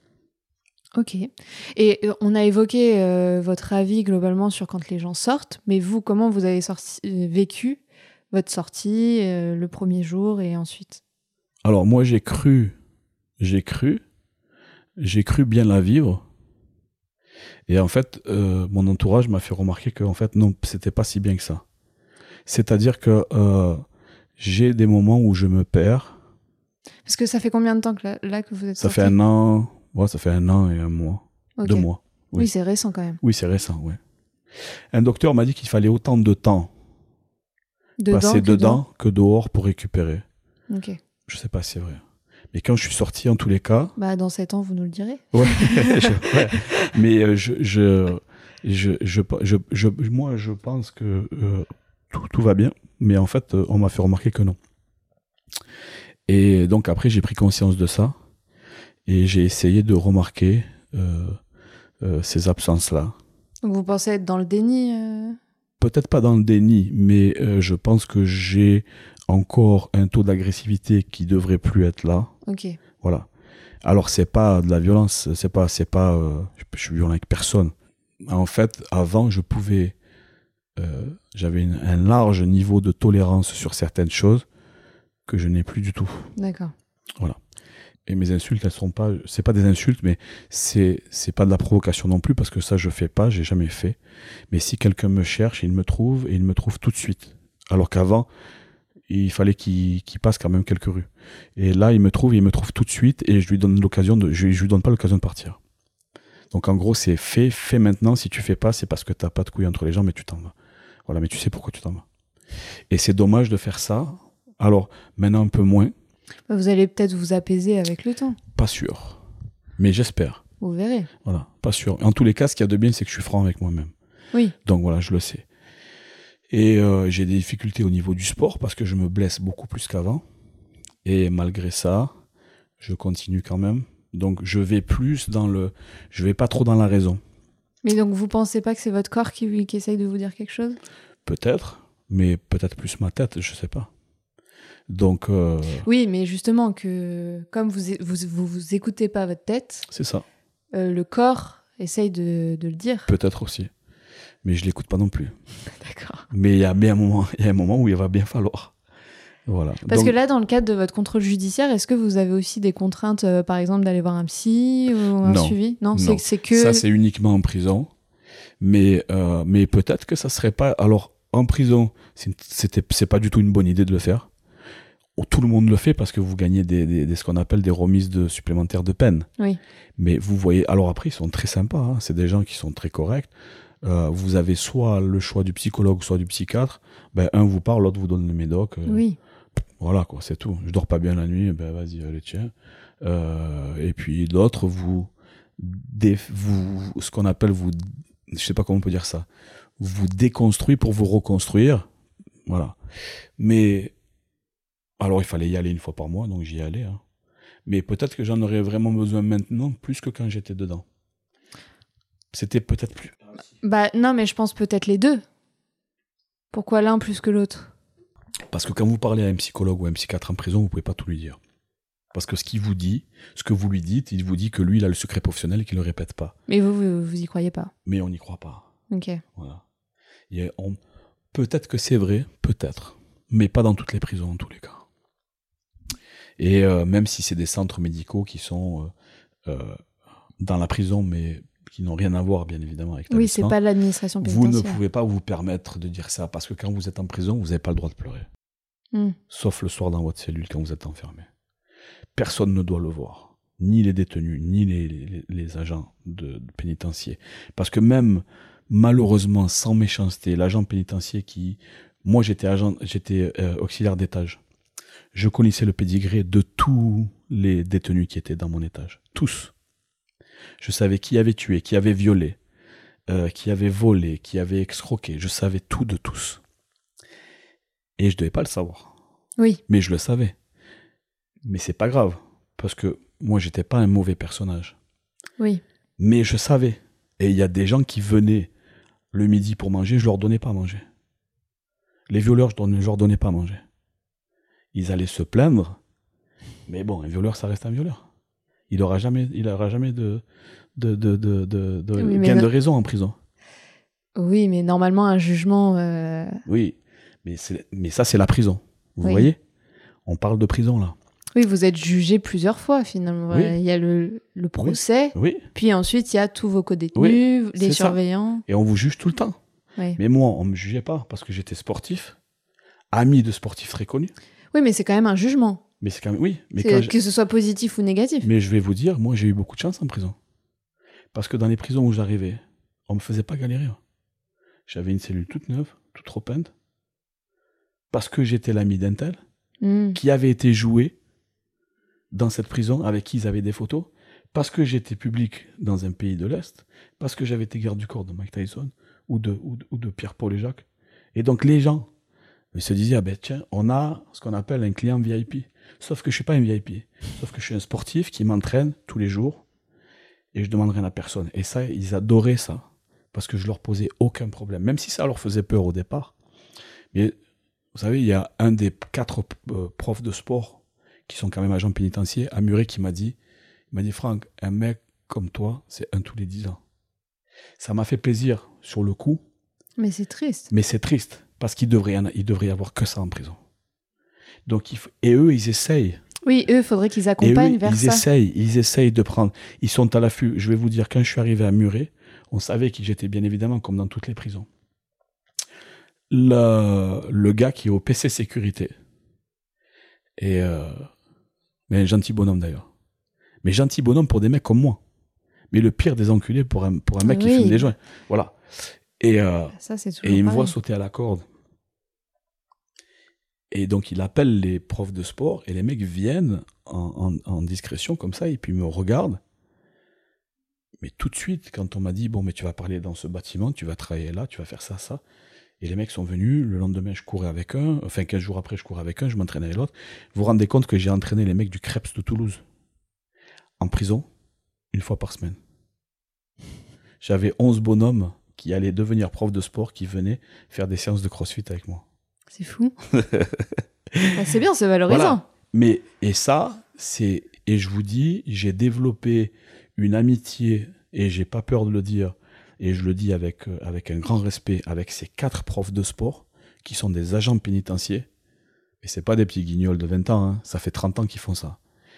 Ok. Et euh, on a évoqué euh, votre avis globalement sur quand les gens sortent, mais vous, comment vous avez sorti, euh, vécu votre sortie, euh, le premier jour et ensuite ? Alors moi j'ai cru, j'ai cru j'ai cru bien la vivre. Et en fait, euh, mon entourage m'a fait remarquer que en fait, non, c'était pas si bien que ça. C'est-à-dire que euh, j'ai des moments où je me perds. Parce que ça fait combien de temps que là, là que vous êtes Ça sorti ? fait un an, ouais, ça fait un an et un mois, Ok. deux mois. Oui. Oui, c'est récent quand même. oui, c'est récent, oui. Un docteur m'a dit qu'il fallait autant de temps Dedans passer que dedans dedans. que dehors pour récupérer. Ok. Je sais pas si c'est vrai. Mais quand je suis sorti, en tous les cas... Bah, dans sept ans, vous nous le direz. Ouais, je- ouais. Mais euh, je, je, je, je, je, je, moi, je pense que euh, tout, tout va bien. Mais en fait, euh, on m'a fait remarquer que non. Et donc après, j'ai pris conscience de ça. Et j'ai essayé de remarquer euh, euh, ces absences-là. Donc vous pensez être dans le déni euh... Peut-être pas dans le déni, mais euh, je pense que j'ai encore un taux d'agressivité qui devrait plus être là. Ok. Voilà. Alors c'est pas de la violence, c'est pas, c'est pas, euh, je suis violent avec personne. En fait, avant, je pouvais, euh, j'avais une, un large niveau de tolérance sur certaines choses que je n'ai plus du tout. D'accord. Voilà. Et mes insultes, elles sont pas, c'est pas des insultes, mais c'est, c'est pas de la provocation non plus parce que ça je fais pas, j'ai jamais fait. Mais si quelqu'un me cherche, il me trouve et il me trouve tout de suite. Alors qu'avant, il fallait qu'il, qu'il passe quand même quelques rues. Et là, il me trouve, il me trouve tout de suite et je lui donne l'occasion de, je, je lui donne pas l'occasion de partir. Donc en gros, c'est fait, fait maintenant. Si tu fais pas, c'est parce que t'as pas de couilles entre les jambes et tu t'en vas. Voilà, mais tu sais pourquoi tu t'en vas. Et c'est dommage de faire ça. Alors maintenant un peu moins. Vous allez peut-être vous apaiser avec le temps. Pas sûr, mais j'espère. Vous verrez. Voilà, pas sûr. En tous les cas, ce qu'il y a de bien, c'est que je suis franc avec moi-même. Oui. Donc voilà, je le sais. Et euh, j'ai des difficultés au niveau du sport parce que je me blesse beaucoup plus qu'avant. Et malgré ça, je continue quand même. Donc je vais plus dans le... Je vais pas trop dans la raison. Mais donc vous pensez pas que c'est votre corps qui, qui essaye de vous dire quelque chose ? Peut-être, mais peut-être plus ma tête, je sais pas. Donc... Euh... Oui, mais justement, que comme vous vous, vous, vous écoutez pas votre tête, c'est ça. Euh, le corps essaye de, de le dire. Peut-être aussi. Mais je l'écoute pas non plus. D'accord. Mais il y a bien un moment, il y a un moment où il va bien falloir. Voilà. Parce Donc, que là, dans le cadre de votre contrôle judiciaire, est-ce que vous avez aussi des contraintes, euh, par exemple, d'aller voir un psy ou un non, suivi ? Non, non. C'est, c'est que... Ça, c'est uniquement en prison. Mais, euh, mais peut-être que ça serait pas... Alors, en prison, c'est, c'était, c'est pas du tout une bonne idée de le faire. Tout le monde le fait parce que vous gagnez des, des, des, ce qu'on appelle des remises de supplémentaires de peine. Oui. Mais vous voyez... Alors après, ils sont très sympas. Hein. C'est des gens qui sont très corrects. Euh, vous avez soit le choix du psychologue, soit du psychiatre. Ben, un vous parle, l'autre vous donne le médoc. Euh, Oui. Voilà, quoi, c'est tout. Je dors pas bien la nuit, ben vas-y, allez, tiens. Euh, et puis l'autre, vous, dé, vous, ce qu'on appelle, vous, je sais pas comment on peut dire ça, vous déconstruit pour vous reconstruire. Voilà. Mais, alors il fallait y aller une fois par mois, donc j'y ai allé. Hein. Mais peut-être que j'en aurais vraiment besoin maintenant, plus que quand j'étais dedans. C'était peut-être plus... Bah non, mais je pense peut-être les deux. Pourquoi l'un plus que l'autre ? Parce que quand vous parlez à un psychologue ou à un psychiatre en prison, vous pouvez pas tout lui dire. Parce que ce qu'il vous dit, ce que vous lui dites, il vous dit que lui, il a le secret professionnel et qu'il le répète pas. Mais vous, vous, vous y croyez pas ? Mais on n'y croit pas. Ok. Voilà. Et on... Peut-être que c'est vrai, peut-être. Mais pas dans toutes les prisons, en tous les cas. Et euh, même si c'est des centres médicaux qui sont euh, euh, dans la prison, mais qui n'ont rien à voir, bien évidemment, avec Oui, c'est pas l'administration pénitentiaire. Vous ne pouvez pas vous permettre de dire ça, parce que quand vous êtes en prison, vous n'avez pas le droit de pleurer. Mm. Sauf le soir dans votre cellule, quand vous êtes enfermé. Personne ne doit le voir. Ni les détenus, ni les, les, les agents de, de pénitencier. Parce que même, malheureusement, sans méchanceté, l'agent pénitentiaire qui... Moi, j'étais, agent, j'étais euh, auxiliaire d'étage. Je connaissais le pédigré de tous les détenus qui étaient dans mon étage. Tous. Je savais qui avait tué, qui avait violé, euh, qui avait volé, qui avait escroqué. Je savais tout de tous. Et je devais pas le savoir. Oui. Mais je le savais. Mais c'est pas grave, parce que moi, j'étais pas un mauvais personnage. Oui. Mais je savais. Et il y a des gens qui venaient le midi pour manger, je leur donnais pas à manger. Les violeurs, je, donne, je leur donnais pas à manger. Ils allaient se plaindre, mais bon, un violeur, ça reste un violeur. Il aura jamais, il aura jamais de, de, de, de, de, de oui, gain non... de raison en prison. Oui, mais normalement, un jugement... Euh... Oui, mais, c'est, mais ça, c'est la prison. Vous oui. voyez ? On parle de prison, là. Oui, vous êtes jugé plusieurs fois finalement. Oui. Il y a le, le procès, Oui. puis ensuite il y a tous vos codétenus, Oui, les c'est surveillants. ça. Et on vous juge tout le temps. Oui. Mais moi, on me jugeait pas parce que j'étais sportif, ami de sportifs très connus. Oui, mais c'est quand même un jugement. Mais c'est quand même oui. Mais C'est- quand que je- ce soit positif ou négatif. mais je vais vous dire, moi j'ai eu beaucoup de chance en prison. Parce que dans les prisons où j'arrivais, on me faisait pas galérer. hein. J'avais une cellule toute neuve, toute repeinte, parce que j'étais l'ami d'un tel Mm. qui avait été joué dans cette prison, avec qui ils avaient des photos, parce que j'étais public dans un pays de l'Est, parce que j'avais été garde du corps de Mike Tyson ou de, ou de, ou de Pierre-Paul et Jacques. Et donc les gens ils se disaient, ah ben tiens, on a ce qu'on appelle un client V I P. Sauf que je suis pas un V I P. Sauf que je suis un sportif qui m'entraîne tous les jours et je demande rien à personne. Et ça, ils adoraient ça. Parce que je leur posais aucun problème. Même si ça leur faisait peur au départ. Mais vous savez, il y a un des quatre euh, profs de sport qui sont quand même agents pénitentiaires, à Muret, qui m'a dit, il m'a dit, Franck, un mec comme toi, c'est un tous les dix ans. Ça m'a fait plaisir sur le coup, Mais c'est triste. mais c'est triste, parce qu'il devrait y en a- il devrait y avoir que ça en prison. Donc, il faut- et eux, ils essayent. Oui, eux, il faudrait qu'ils Et accompagnent eux, vers ils ça. essayent, ils essayent de prendre. Ils sont à l'affût. Je vais vous dire, quand je suis arrivé à Muret, on savait qui j'étais, bien évidemment, comme dans toutes les prisons. Le, le gars qui est au P C sécurité, et euh, mais un gentil bonhomme d'ailleurs. Mais gentil bonhomme pour des mecs comme moi. Mais le pire des enculés pour un, pour un mec qui Oui. fume des joints. Voilà. Et, euh, Ça, c'est toujours et il me pareil. voit sauter à la corde. Et donc, il appelle les profs de sport et les mecs viennent en, en, en discrétion comme ça et puis me regardent. Mais tout de suite, quand on m'a dit, bon, mais tu vas parler dans ce bâtiment, tu vas travailler là, tu vas faire ça, ça. Et les mecs sont venus, le lendemain, je courais avec un, enfin, quinze jours après, je courais avec un, je m'entraînais avec l'autre. Vous vous rendez compte que j'ai entraîné les mecs du Crêpes de Toulouse en prison, une fois par semaine. J'avais onze bonhommes qui allaient devenir profs de sport, qui venaient faire des séances de crossfit avec moi. C'est fou. Ah, c'est bien, c'est valorisant. Voilà. Mais, et ça, c'est, et je vous dis, j'ai développé une amitié, et j'ai pas peur de le dire, et je le dis avec, euh, avec un grand respect, avec ces quatre profs de sport, qui sont des agents pénitentiaires, et c'est pas des petits guignols de vingt ans, hein, ça fait trente ans qu'ils font ça.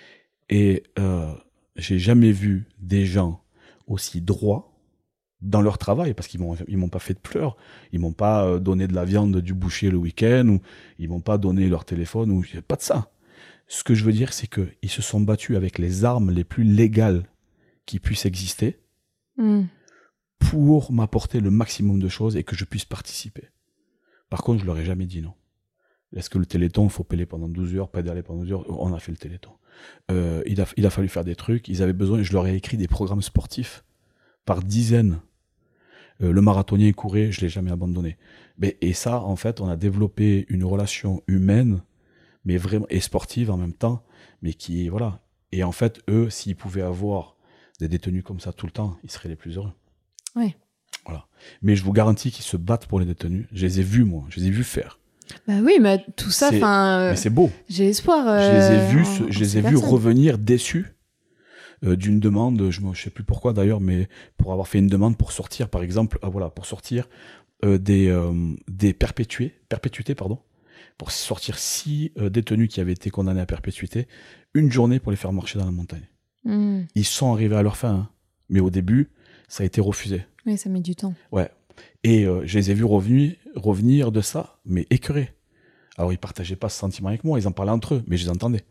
Et, euh, j'ai jamais vu des gens aussi droits dans leur travail, parce qu'ils m'ont, ils m'ont pas fait de pleurs, ils m'ont pas euh, donné de la viande du boucher le week-end, ou ils m'ont pas donné leur téléphone, ou pas de ça. Ce que je veux dire, c'est que ils se sont battus avec les armes les plus légales qui puissent exister Mm. pour m'apporter le maximum de choses et que je puisse participer. Par contre, je leur ai jamais dit non. Est-ce que le Téléthon, il faut pédaler pendant douze heures, pédaler pendant douze heures? On a fait le Téléthon. Euh, il, a, il a fallu faire des trucs, ils avaient besoin, je leur ai écrit des programmes sportifs par dizaines. Euh, le marathonien courait, je l'ai jamais abandonné. Mais, et ça, en fait, on a développé une relation humaine, mais vraiment, et sportive en même temps, mais qui, voilà. Et en fait, eux, s'ils pouvaient avoir des détenus comme ça tout le temps, ils seraient les plus heureux. Ouais. Voilà. Mais je vous garantis qu'ils se battent pour les détenus. Je les ai vus, moi. Je les ai vus faire. Bah oui, mais tout ça, C'est- enfin, Mais c'est beau. j'ai espoir. Je les ai euh, vus, en- se- en je les ces ai vus personnes. revenir déçus euh, d'une demande. Je ne sais plus pourquoi d'ailleurs, mais pour avoir fait une demande pour sortir, par exemple, ah, voilà, pour sortir euh, des euh, des perpétués, perpétuités, pardon, pour sortir six euh, détenus qui avaient été condamnés à perpétuité, une journée pour les faire marcher dans la montagne. Mm. Ils sont arrivés à leur fin, hein. Mais au début, ça a été refusé. Oui, ça met du temps. Ouais. Et euh, je les ai vus revenir, revenir de ça, mais écœurés. Alors, ils partageaient pas ce sentiment avec moi, ils en parlaient entre eux, mais je les entendais.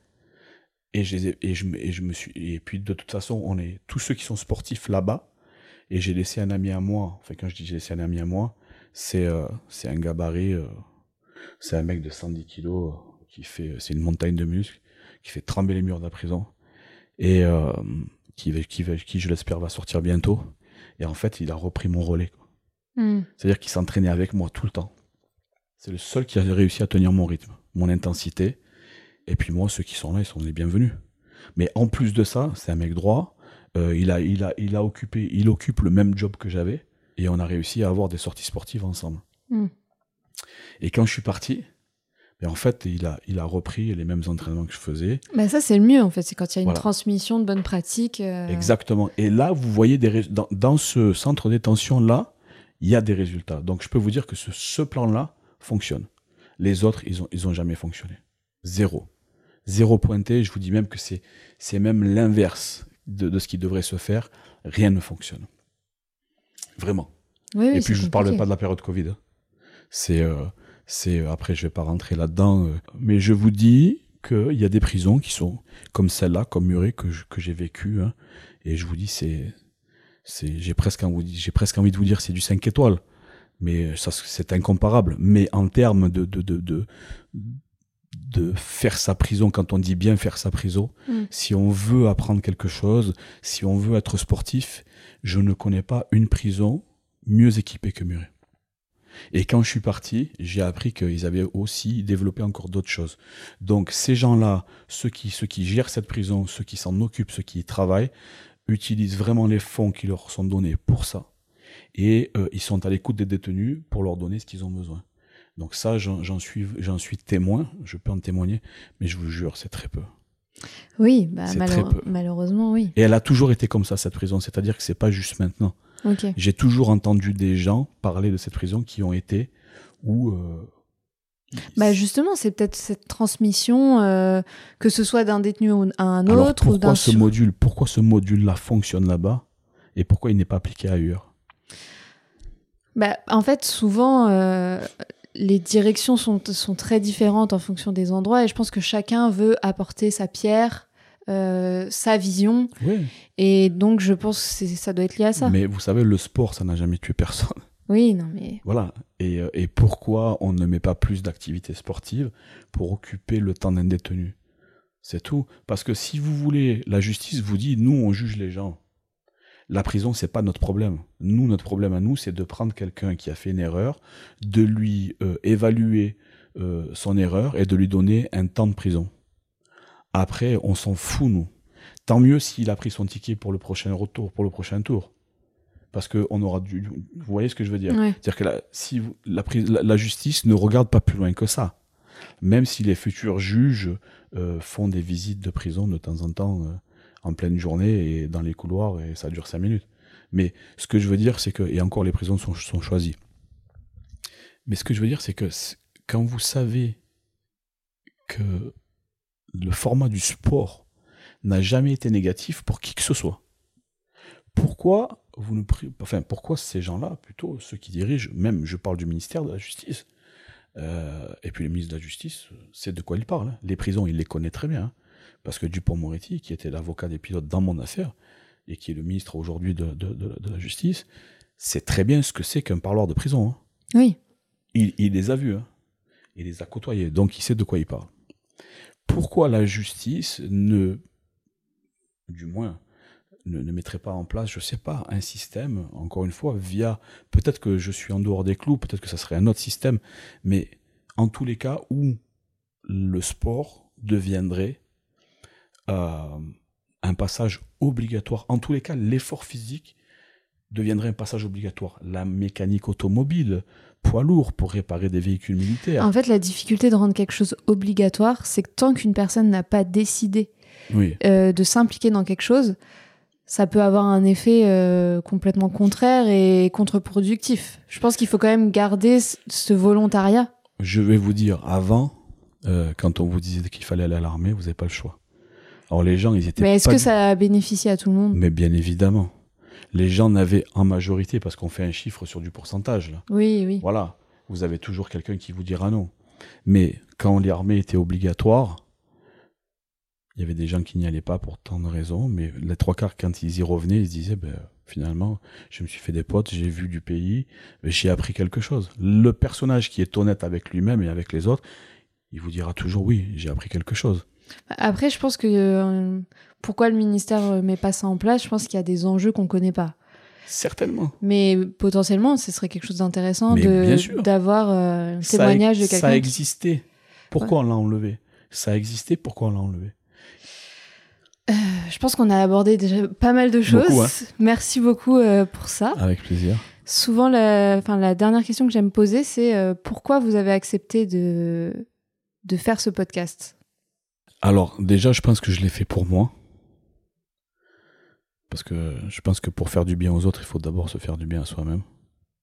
Et je, les ai- et je, me- et je me suis. Et puis, de toute façon, on est tous ceux qui sont sportifs là-bas. Et j'ai laissé un ami à moi. Enfin, quand je dis j'ai laissé un ami à moi, c'est euh, c'est un gabarit. euh, c'est un mec de cent dix kilos euh, qui fait. C'est une montagne de muscles qui fait trembler les murs de la prison. Et euh, qui, va- qui, va- qui, je l'espère, va sortir bientôt. Et en fait, il a repris mon relais, quoi. Mm. C'est-à-dire qu'il s'entraînait avec moi tout le temps. C'est le seul qui a réussi à tenir mon rythme, mon intensité. Et puis moi, ceux qui sont là, ils sont les bienvenus. Mais en plus de ça, c'est un mec droit. Euh, il a, il a, il a occupé, il occupe le même job que j'avais. Et on a réussi à avoir des sorties sportives ensemble. Mm. Et quand je suis parti, ben en fait, il a, il a repris les mêmes entraînements que je faisais. Bah ça, c'est le mieux, en fait. C'est quand il y a une Voilà. transmission de bonnes pratiques. euh, Exactement. Et là, vous voyez des rés- dans, dans ce centre de détention là, il y a des résultats. Donc je peux vous dire que ce, ce plan-là fonctionne. Les autres, ils ont, ils ont jamais fonctionné. Zéro. Zéro pointé, je vous dis même que c'est, c'est même l'inverse de, de ce qui devrait se faire. Rien ne fonctionne. Vraiment. Oui, oui, Et c'est puis je ne parle compliqué. pas de la période Covid. Hein. C'est, euh, c'est, après, je ne vais pas rentrer là-dedans. Euh, mais je vous dis qu'il y a des prisons qui sont comme celle-là, comme Muret, que, je, que j'ai vécu. Hein. Et je vous dis, c'est, c'est, j'ai, presque envie, j'ai presque envie de vous dire c'est du cinq étoiles. Mais ça, c'est incomparable. Mais en termes de, de, de, de, de faire sa prison, quand on dit bien faire sa prison, mm. si on veut apprendre quelque chose, si on veut être sportif, je ne connais pas une prison mieux équipée que Muret. Et quand je suis parti, j'ai appris qu'ils avaient aussi développé encore d'autres choses. Donc ces gens-là, ceux qui, ceux qui gèrent cette prison, ceux qui s'en occupent, ceux qui y travaillent, utilisent vraiment les fonds qui leur sont donnés pour ça. Et euh, ils sont à l'écoute des détenus pour leur donner ce qu'ils ont besoin. Donc ça, j'en, j'en, suis, j'en suis témoin, je peux en témoigner, mais je vous jure, c'est très peu. Oui, bah, c'est malheure- très peu. malheureusement, oui. Et elle a toujours été comme ça, cette prison, c'est-à-dire que c'est pas juste maintenant. Okay. J'ai toujours entendu des gens parler de cette prison qui ont été où... Euh, bah justement, c'est peut-être cette transmission, euh, que ce soit d'un détenu à un Alors, autre. Pourquoi, ou d'un... ce module, pourquoi ce module-là fonctionne là-bas et pourquoi il n'est pas appliqué ailleurs? Bah, en fait, souvent, euh, les directions sont, sont très différentes en fonction des endroits et je pense que chacun veut apporter sa pierre, euh, sa vision. Oui. Et donc, je pense que c'est, ça doit être lié à ça. Mais vous savez, le sport, ça n'a jamais tué personne. Oui, non, mais... Voilà. Et, et pourquoi on ne met pas plus d'activités sportives pour occuper le temps d'un détenu? C'est tout. Parce que si vous voulez, la justice vous dit, nous, on juge les gens. La prison, c'est pas notre problème. Nous, notre problème à nous, c'est de prendre quelqu'un qui a fait une erreur, de lui euh, évaluer euh, son erreur et de lui donner un temps de prison. Après, on s'en fout, nous. Tant mieux s'il a pris son ticket pour le prochain retour, pour le prochain tour. Parce que on aura dû... Vous voyez ce que je veux dire? Ouais. C'est-à-dire que la, si vous, la, la, la justice ne regarde pas plus loin que ça. Même si les futurs juges euh, font des visites de prison de temps en temps... Euh, en pleine journée et dans les couloirs et ça dure cinq minutes. Mais ce que je veux dire, c'est que, et encore les prisons sont, sont choisies. Mais ce que je veux dire, c'est que quand vous savez que le format du sport n'a jamais été négatif pour qui que ce soit, pourquoi vous ne, enfin, pourquoi ces gens-là, plutôt ceux qui dirigent, même je parle du ministère de la Justice, euh, et puis le ministre de la Justice, c'est de quoi il parle. Hein. Les prisons, il les connaît très bien. Hein. Parce que Dupond-Moretti, qui était l'avocat des pilotes dans mon affaire, et qui est le ministre aujourd'hui de, de, de, de la Justice, sait très bien ce que c'est qu'un parloir de prison. Hein. Oui. Il, il les a vus, hein. Il les a côtoyés, donc il sait de quoi il parle. Pourquoi la justice ne, du moins, ne, ne mettrait pas en place, je ne sais pas, un système, encore une fois, via, peut-être que je suis en dehors des clous, peut-être que ça serait un autre système, mais en tous les cas où le sport deviendrait Euh, un passage obligatoire. En tous les cas, l'effort physique deviendrait un passage obligatoire. La mécanique automobile, poids lourd pour réparer des véhicules militaires. En fait, la difficulté de rendre quelque chose obligatoire, c'est que tant qu'une personne n'a pas décidé oui. euh, de s'impliquer dans quelque chose, ça peut avoir un effet euh, complètement contraire et contre-productif. Je pense qu'il faut quand même garder ce volontariat. Je vais vous dire, avant, euh, quand on vous disait qu'il fallait aller à l'armée, vous n'avez pas le choix. Alors les gens, ils étaient. Mais est-ce pas que du... ça a bénéficié à tout le monde? Mais bien évidemment. Les gens n'avaient en majorité, parce qu'on fait un chiffre sur du pourcentage, là. Oui, oui. Voilà. Vous avez toujours quelqu'un qui vous dira non. Mais quand l'armée était obligatoire, il y avait des gens qui n'y allaient pas pour tant de raisons, mais les trois quarts, quand ils y revenaient, ils se disaient, ben, finalement, je me suis fait des potes, j'ai vu du pays, j'ai appris quelque chose. Le personnage qui est honnête avec lui-même et avec les autres, il vous dira toujours, oui, j'ai appris quelque chose. Après, je pense que euh, pourquoi le ministère ne met pas ça en place, je pense qu'il y a des enjeux qu'on ne connaît pas. Certainement. Mais potentiellement, ce serait quelque chose d'intéressant Mais de, bien sûr. d'avoir euh, un témoignage ça, de quelqu'un. Ça a qui... existé. Pourquoi ouais. on l'a enlevé? Ça a existé, pourquoi on l'a enlevé? euh, Je pense qu'on a abordé déjà pas mal de choses. Beaucoup, hein. Merci beaucoup euh, pour ça. Avec plaisir. Souvent, la, enfin, la dernière question que j'aime poser, c'est euh, pourquoi vous avez accepté de, de faire ce podcast? Alors, déjà, je pense que je l'ai fait pour moi. Parce que je pense que pour faire du bien aux autres, il faut d'abord se faire du bien à soi-même.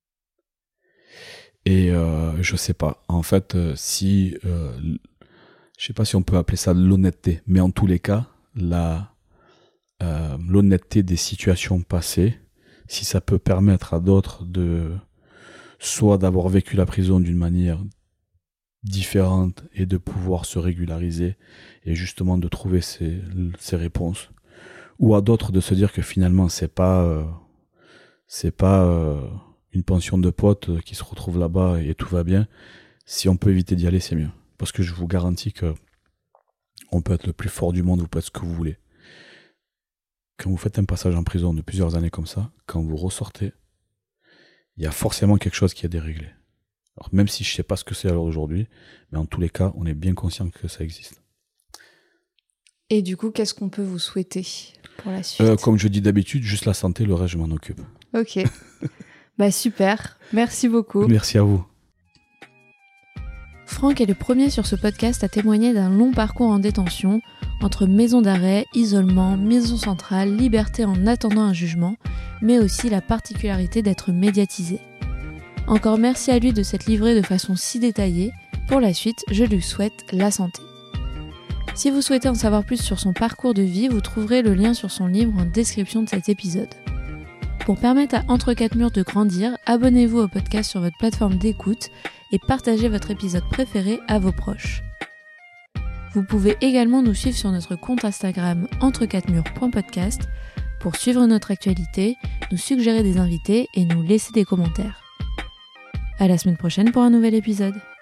Et euh, je sais pas. En fait, euh, si... Euh, je sais pas si on peut appeler ça de l'honnêteté, mais en tous les cas, la, euh, l'honnêteté des situations passées, si ça peut permettre à d'autres de soit d'avoir vécu la prison d'une manière différente et de pouvoir se régulariser et justement de trouver ces, ces réponses, ou à d'autres de se dire que finalement c'est pas euh, c'est pas euh, une pension de potes qui se retrouve là-bas et tout va bien. Si on peut éviter d'y aller, c'est mieux, parce que je vous garantis que on peut être le plus fort du monde, vous pouvez être ce que vous voulez. Quand vous faites un passage en prison de plusieurs années comme ça, quand vous ressortez, il y a forcément quelque chose qui a déréglé. Alors même si je ne sais pas ce que c'est alors aujourd'hui, mais en tous les cas, on est bien conscient que ça existe. Et du coup, qu'est-ce qu'on peut vous souhaiter pour la suite ? euh, Comme je dis d'habitude, juste la santé, le reste je m'en occupe. Ok, bah super, merci beaucoup. Merci à vous. Franck est le premier sur ce podcast à témoigner d'un long parcours en détention, entre maison d'arrêt, isolement, maison centrale, liberté en attendant un jugement, mais aussi la particularité d'être médiatisé. Encore merci à lui de s'être livré de façon si détaillée. Pour la suite, je lui souhaite la santé. Si vous souhaitez en savoir plus sur son parcours de vie, vous trouverez le lien sur son livre en description de cet épisode. Pour permettre à Entre quatre murs de grandir, abonnez-vous au podcast sur votre plateforme d'écoute et partagez votre épisode préféré à vos proches. Vous pouvez également nous suivre sur notre compte Instagram entre quatre murs point podcast pour suivre notre actualité, nous suggérer des invités et nous laisser des commentaires. À la semaine prochaine pour un nouvel épisode.